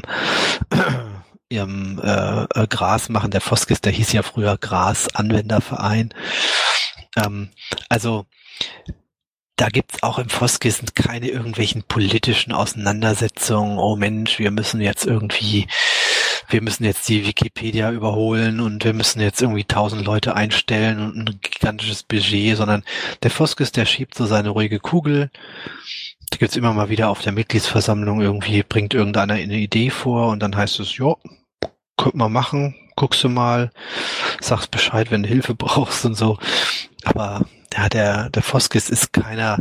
ihrem äh, äh, Gras machen. Der Foskis, der hieß ja früher Gras-Anwenderverein. Ähm, also da gibt's auch im Foskis keine irgendwelchen politischen Auseinandersetzungen. Oh Mensch, wir müssen jetzt irgendwie wir müssen jetzt die Wikipedia überholen und wir müssen jetzt irgendwie tausend Leute einstellen und ein gigantisches Budget, sondern der Foskis, der schiebt so seine ruhige Kugel. Da gibt's immer mal wieder auf der Mitgliedsversammlung irgendwie, bringt irgendeiner eine Idee vor und dann heißt es, ja, könnt mal machen, guckst du mal, sagst Bescheid, wenn du Hilfe brauchst und so. Aber ja, der, der Foskis ist keiner,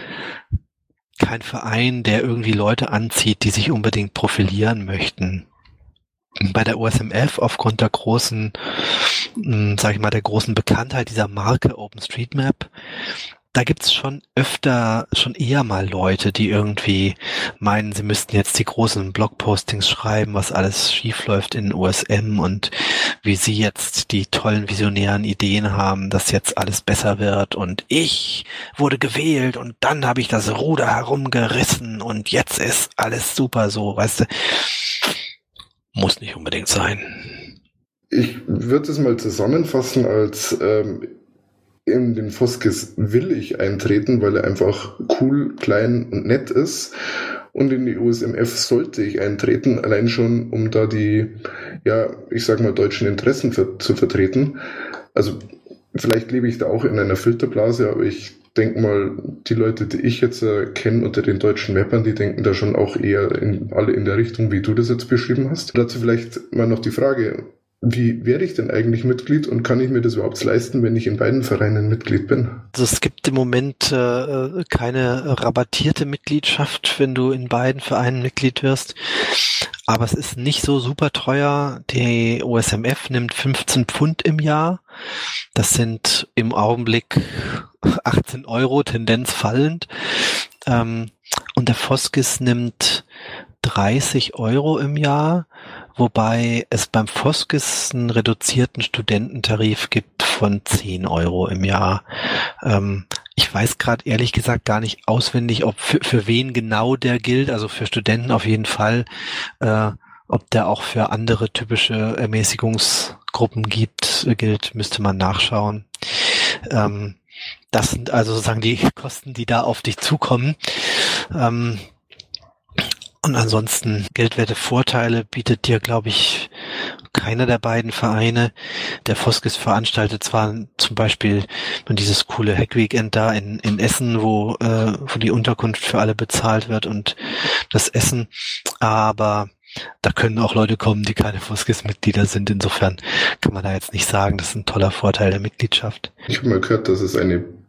kein Verein, der irgendwie Leute anzieht, die sich unbedingt profilieren möchten. Bei der O S M F aufgrund der großen, sag ich mal, der großen Bekanntheit dieser Marke OpenStreetMap, da gibt's schon öfter, schon eher mal Leute, die irgendwie meinen, sie müssten jetzt die großen Blogpostings schreiben, was alles schief läuft in O S M und wie sie jetzt die tollen visionären Ideen haben, dass jetzt alles besser wird und ich wurde gewählt und dann habe ich das Ruder herumgerissen und jetzt ist alles super so, weißt du. Muss nicht unbedingt sein. Ich würde es mal zusammenfassen als ähm, in den Foskis will ich eintreten, weil er einfach cool, klein und nett ist. Und in die O S M F sollte ich eintreten, allein schon, um da die, ja, ich sag mal, deutschen Interessen für, zu vertreten. Also vielleicht lebe ich da auch in einer Filterblase, aber ich denke mal, die Leute, die ich jetzt äh, kenne unter den deutschen Mappern, die denken da schon auch eher in, alle in der Richtung, wie du das jetzt beschrieben hast. Dazu vielleicht mal noch die Frage, wie werde ich denn eigentlich Mitglied und kann ich mir das überhaupt leisten, wenn ich in beiden Vereinen Mitglied bin? Also es gibt im Moment äh, keine rabattierte Mitgliedschaft, wenn du in beiden Vereinen Mitglied wirst. Aber es ist nicht so super teuer. Die O S M F nimmt fünfzehn Pfund im Jahr. Das sind im Augenblick achtzehn Euro, Tendenz fallend. Ähm, und der Foskis nimmt dreißig Euro im Jahr, wobei es beim Foskis einen reduzierten Studententarif gibt von zehn Euro im Jahr. Ähm, ich weiß gerade ehrlich gesagt gar nicht auswendig, ob für, für wen genau der gilt, also für Studenten auf jeden Fall, äh, ob der auch für andere typische Ermäßigungsgruppen gibt, äh, gilt, müsste man nachschauen. Ähm, das sind also sozusagen die Kosten, die da auf dich zukommen. Ähm, Und ansonsten geldwerte Vorteile bietet dir, glaube ich, keiner der beiden Vereine. Der Foskis veranstaltet zwar zum Beispiel dieses coole Hack-Weekend da in, in Essen, wo, äh, wo die Unterkunft für alle bezahlt wird und das Essen, aber da können auch Leute kommen, die keine Foskis-Mitglieder sind. Insofern kann man da jetzt nicht sagen, das ist ein toller Vorteil der Mitgliedschaft. Ich habe mal gehört, dass es eine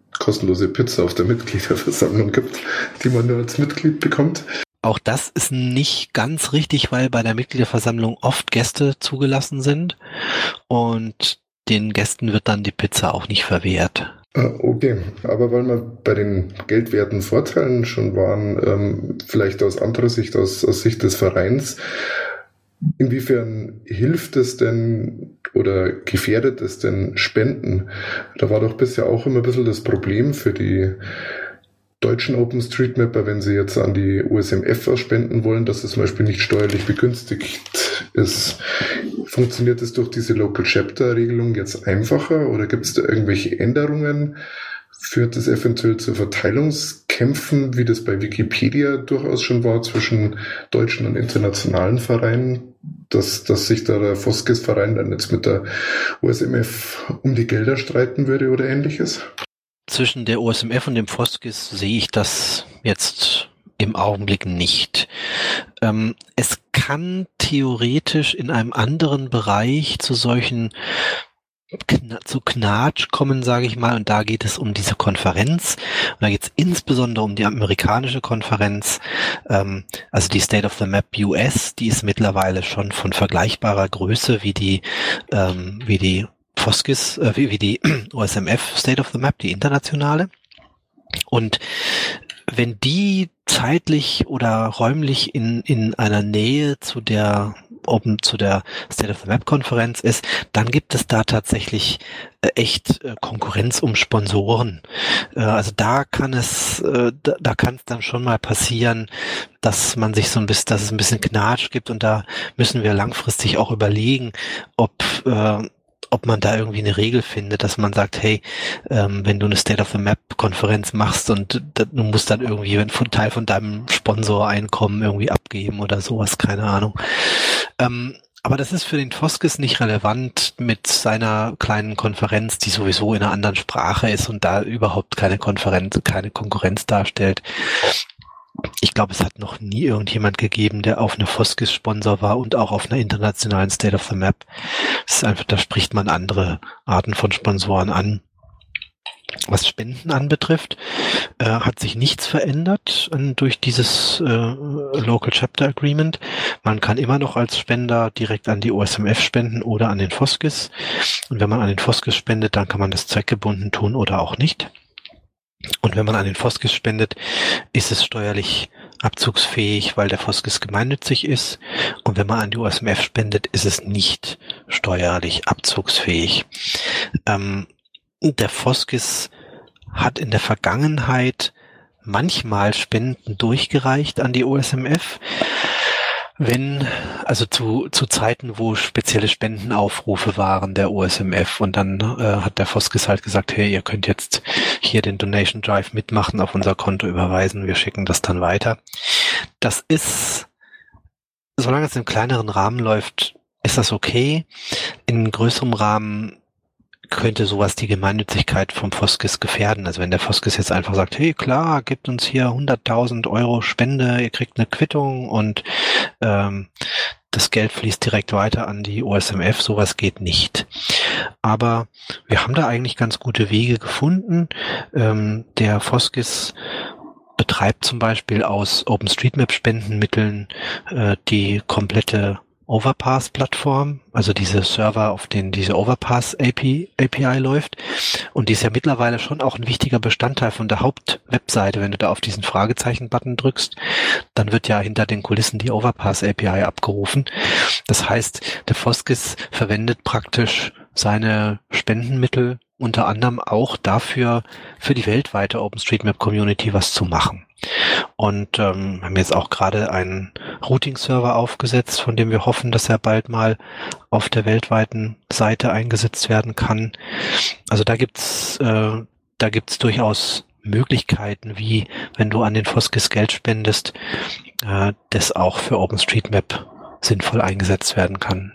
kostenlose Pizza auf der Mitgliederversammlung gibt, die man nur als Mitglied bekommt. Auch das ist nicht ganz richtig, weil bei der Mitgliederversammlung oft Gäste zugelassen sind und den Gästen wird dann die Pizza auch nicht verwehrt. Okay, aber weil wir bei den geldwerten Vorteilen schon waren, ähm, vielleicht aus anderer Sicht, aus, aus Sicht des Vereins, inwiefern hilft es denn oder gefährdet es denn Spenden? Da war doch bisher auch immer ein bisschen das Problem für die deutschen OpenStreetMapper, wenn sie jetzt an die U S M F was spenden wollen, dass es zum Beispiel nicht steuerlich begünstigt ist. Funktioniert es durch diese Local Chapter Regelung jetzt einfacher oder gibt es da irgendwelche Änderungen? Führt es eventuell zu Verteilungskämpfen, wie das bei Wikipedia durchaus schon war, zwischen deutschen und internationalen Vereinen, dass, dass sich da der Foskis-Verein dann jetzt mit der U S M F um die Gelder streiten würde oder ähnliches? Zwischen der U S M F und dem Foskis sehe ich das jetzt im Augenblick nicht. Ähm, es kann theoretisch in einem anderen Bereich zu solchen Kna- zu Knatsch kommen, sage ich mal, und da geht es um diese Konferenz. Und da geht es insbesondere um die amerikanische Konferenz, ähm, also die State of the Map U S, die ist mittlerweile schon von vergleichbarer Größe wie die ähm, wie die Foskis, äh, wie, wie die O S M F State of the Map, die internationale. Und wenn die zeitlich oder räumlich in in einer Nähe zu der Open zu der State of the Map Konferenz ist, dann gibt es da tatsächlich äh, echt äh, Konkurrenz um Sponsoren. Äh, also da kann es, äh, da, da kann es dann schon mal passieren, dass man sich so ein bisschen, dass es ein bisschen Knatsch gibt und da müssen wir langfristig auch überlegen, ob äh, ob man da irgendwie eine Regel findet, dass man sagt, hey, ähm, wenn du eine State of the Map Konferenz machst und d- du musst dann irgendwie einen Teil von deinem Sponsoreinkommen irgendwie abgeben oder sowas, keine Ahnung. Ähm, aber das ist für den Foskis nicht relevant mit seiner kleinen Konferenz, die sowieso in einer anderen Sprache ist und da überhaupt keine Konferenz, keine Konkurrenz darstellt. Ich glaube, es hat noch nie irgendjemand gegeben, der auf einer Foskis Sponsor war und auch auf einer internationalen State of the Map. Das ist einfach, da spricht man andere Arten von Sponsoren an. Was Spenden anbetrifft, äh, hat sich nichts verändert äh, durch dieses äh, Local Chapter Agreement. Man kann immer noch als Spender direkt an die O S M F spenden oder an den Foskis. Und wenn man an den Foskis spendet, dann kann man das zweckgebunden tun oder auch nicht. Und wenn man an den Foskis spendet, ist es steuerlich abzugsfähig, weil der Foskis gemeinnützig ist. Und wenn man an die O S M F spendet, ist es nicht steuerlich abzugsfähig. Ähm, der Foskis hat in der Vergangenheit manchmal Spenden durchgereicht an die O S M F. Wenn, also zu zu Zeiten, wo spezielle Spendenaufrufe waren der O S M F und dann äh, hat der Foskis halt gesagt, hey, ihr könnt jetzt hier den Donation Drive mitmachen, auf unser Konto überweisen, wir schicken das dann weiter. Das ist, solange es im kleineren Rahmen läuft, ist das okay. In größerem Rahmen könnte sowas die Gemeinnützigkeit vom Foskis gefährden. Also wenn der Foskis jetzt einfach sagt, hey klar, gebt uns hier hunderttausend Euro Spende, ihr kriegt eine Quittung und ähm, das Geld fließt direkt weiter an die O S M F, sowas geht nicht. Aber wir haben da eigentlich ganz gute Wege gefunden. Ähm, der Foskis betreibt zum Beispiel aus OpenStreetMap-Spendenmitteln äh, die komplette Overpass-Plattform, also diese Server, auf denen diese Overpass-A P I läuft. Und die ist ja mittlerweile schon auch ein wichtiger Bestandteil von der Hauptwebseite. Wenn du da auf diesen Fragezeichen-Button drückst, dann wird ja hinter den Kulissen die Overpass-A P I abgerufen. Das heißt, der Foskis verwendet praktisch seine Spendenmittel unter anderem auch dafür, für die weltweite OpenStreetMap-Community was zu machen. Und ähm, haben jetzt auch gerade einen Routing-Server aufgesetzt, von dem wir hoffen, dass er bald mal auf der weltweiten Seite eingesetzt werden kann. Also da gibt's äh, da gibt's durchaus Möglichkeiten, wie, wenn du an den Foskis Geld spendest, äh, das auch für OpenStreetMap sinnvoll eingesetzt werden kann.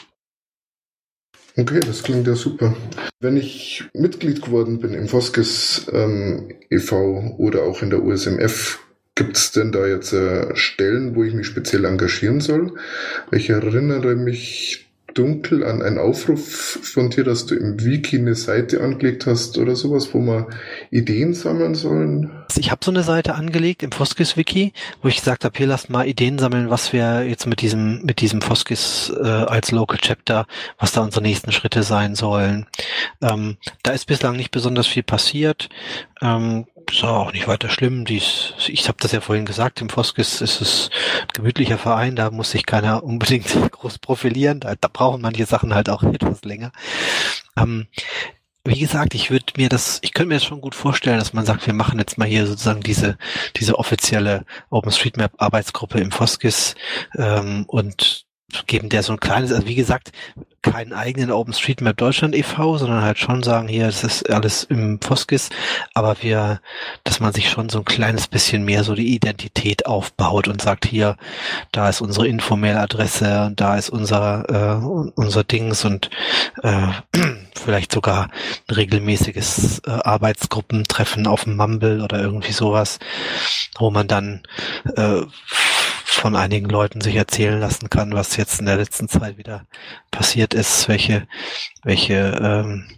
Okay, das klingt ja super. Wenn ich Mitglied geworden bin im Foskis ähm, e V oder auch in der U S M F, gibt es denn da jetzt äh, Stellen, wo ich mich speziell engagieren soll? Ich erinnere mich, dunkel an einen Aufruf von dir, dass du im Wiki eine Seite angelegt hast oder sowas, wo wir Ideen sammeln sollen? Ich habe so eine Seite angelegt im Foskis-Wiki, wo ich gesagt habe, hier lasst mal Ideen sammeln, was wir jetzt mit diesem mit diesem Foskis äh, als Local Chapter, was da unsere nächsten Schritte sein sollen. Ähm, da ist bislang nicht besonders viel passiert. Ähm, ist auch nicht weiter schlimm. Dies, ich habe das ja vorhin gesagt, im Foskis ist es ein gemütlicher Verein, da muss sich keiner unbedingt groß profilieren. Da, da brauchen manche Sachen halt auch etwas länger. Ähm, Wie gesagt, ich würde mir das, ich könnte mir das schon gut vorstellen, dass man sagt, wir machen jetzt mal hier sozusagen diese diese offizielle OpenStreetMap-Arbeitsgruppe im Foskis ähm, und geben der so ein kleines, also wie gesagt, keinen eigenen OpenStreetMap Deutschland e V, sondern halt schon sagen, hier, das ist alles im Foskis, aber wir, dass man sich schon so ein kleines bisschen mehr so die Identität aufbaut und sagt, hier, da ist unsere Infomail-Adresse und da ist unser äh, unser Dings und äh, vielleicht sogar ein regelmäßiges äh, Arbeitsgruppentreffen auf dem Mumble oder irgendwie sowas, wo man dann äh, von einigen Leuten sich erzählen lassen kann, was jetzt in der letzten Zeit wieder passiert ist, welche welche ähm,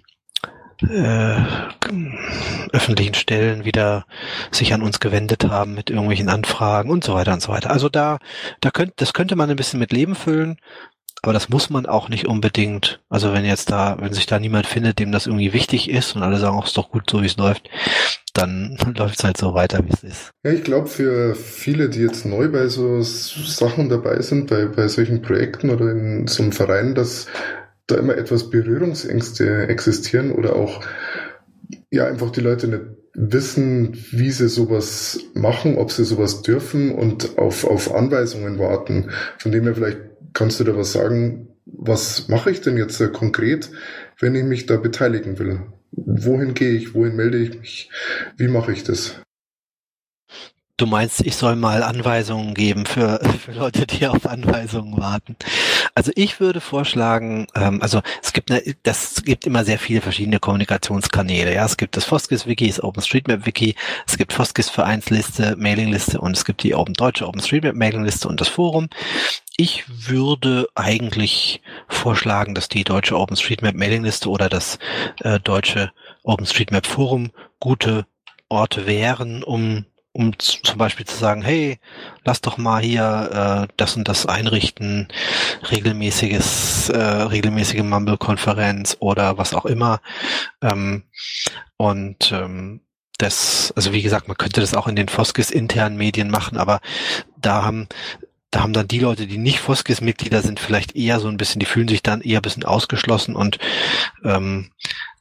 äh, öffentlichen Stellen wieder sich an uns gewendet haben mit irgendwelchen Anfragen und so weiter und so weiter. Also da da könnte das könnte man ein bisschen mit Leben füllen. Aber das muss man auch nicht unbedingt, also wenn jetzt da, wenn sich da niemand findet, dem das irgendwie wichtig ist und alle sagen, auch ist doch gut so, wie es läuft, dann läuft es halt so weiter, wie es ist. Ja, ich glaube, für viele, die jetzt neu bei so Sachen dabei sind, bei, bei solchen Projekten oder in so einem Verein, dass da immer etwas Berührungsängste existieren oder auch, ja, einfach die Leute nicht wissen, wie sie sowas machen, ob sie sowas dürfen und auf, auf Anweisungen warten. Von dem her vielleicht kannst du da was sagen, was mache ich denn jetzt äh, konkret, wenn ich mich da beteiligen will? Wohin gehe ich? Wohin melde ich mich? Wie mache ich das? Du meinst, ich soll mal Anweisungen geben für, für Leute, die auf Anweisungen warten. Also ich würde vorschlagen, ähm, also es gibt eine, das gibt immer sehr viele verschiedene Kommunikationskanäle. Ja, es gibt das Foskis-Wiki, das OpenStreetMap-Wiki, es gibt Foskis-Vereinsliste, Mailingliste und es gibt die Open deutsche OpenStreetMap-Mailingliste und das Forum. Ich würde eigentlich vorschlagen, dass die deutsche OpenStreetMap-Mailingliste oder das äh, deutsche OpenStreetMap-Forum gute Orte wären, um um z- zum Beispiel zu sagen, hey, lass doch mal hier äh, das und das einrichten, regelmäßiges, äh, regelmäßige Mumble-Konferenz oder was auch immer. Ähm, und ähm, das, also wie gesagt, man könnte das auch in den Foskis internen Medien machen, aber da haben Da haben dann die Leute, die nicht Foskis-Mitglieder sind, vielleicht eher so ein bisschen, die fühlen sich dann eher ein bisschen ausgeschlossen und ähm,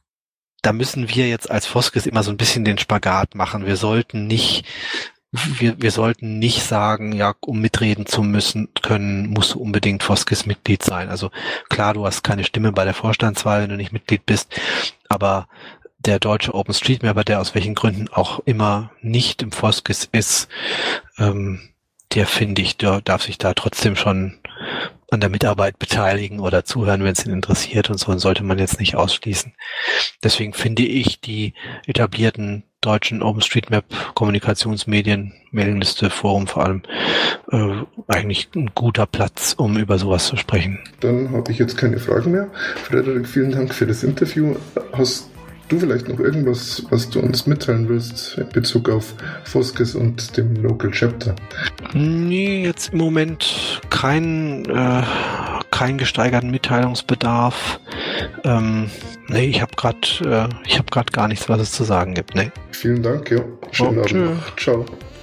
da müssen wir jetzt als Foskis immer so ein bisschen den Spagat machen. Wir sollten nicht, wir, wir sollten nicht sagen, ja, um mitreden zu müssen können, musst du unbedingt Foskis-Mitglied sein. Also klar, du hast keine Stimme bei der Vorstandswahl, wenn du nicht Mitglied bist, aber der deutsche OpenStreetMapper, der aus welchen Gründen auch immer nicht im Foskis ist, ähm, der finde ich, der darf sich da trotzdem schon an der Mitarbeit beteiligen oder zuhören, wenn es ihn interessiert und so, und sollte man jetzt nicht ausschließen. Deswegen finde ich die etablierten deutschen OpenStreetMap-Kommunikationsmedien, Mailingliste, Forum vor allem, äh, eigentlich ein guter Platz, um über sowas zu sprechen. Dann habe ich jetzt keine Fragen mehr. Frederik, vielen Dank für das Interview. Hast du vielleicht noch irgendwas, was du uns mitteilen willst in Bezug auf Foskis und dem Local Chapter? Nee, jetzt im Moment kein, äh, kein gesteigerten Mitteilungsbedarf. Ähm, nee, ich habe gerade äh, ich habe gerade gar nichts, was es zu sagen gibt. Nee. Vielen Dank, ja. Schönen Oh, Abend tschö. noch. Ciao.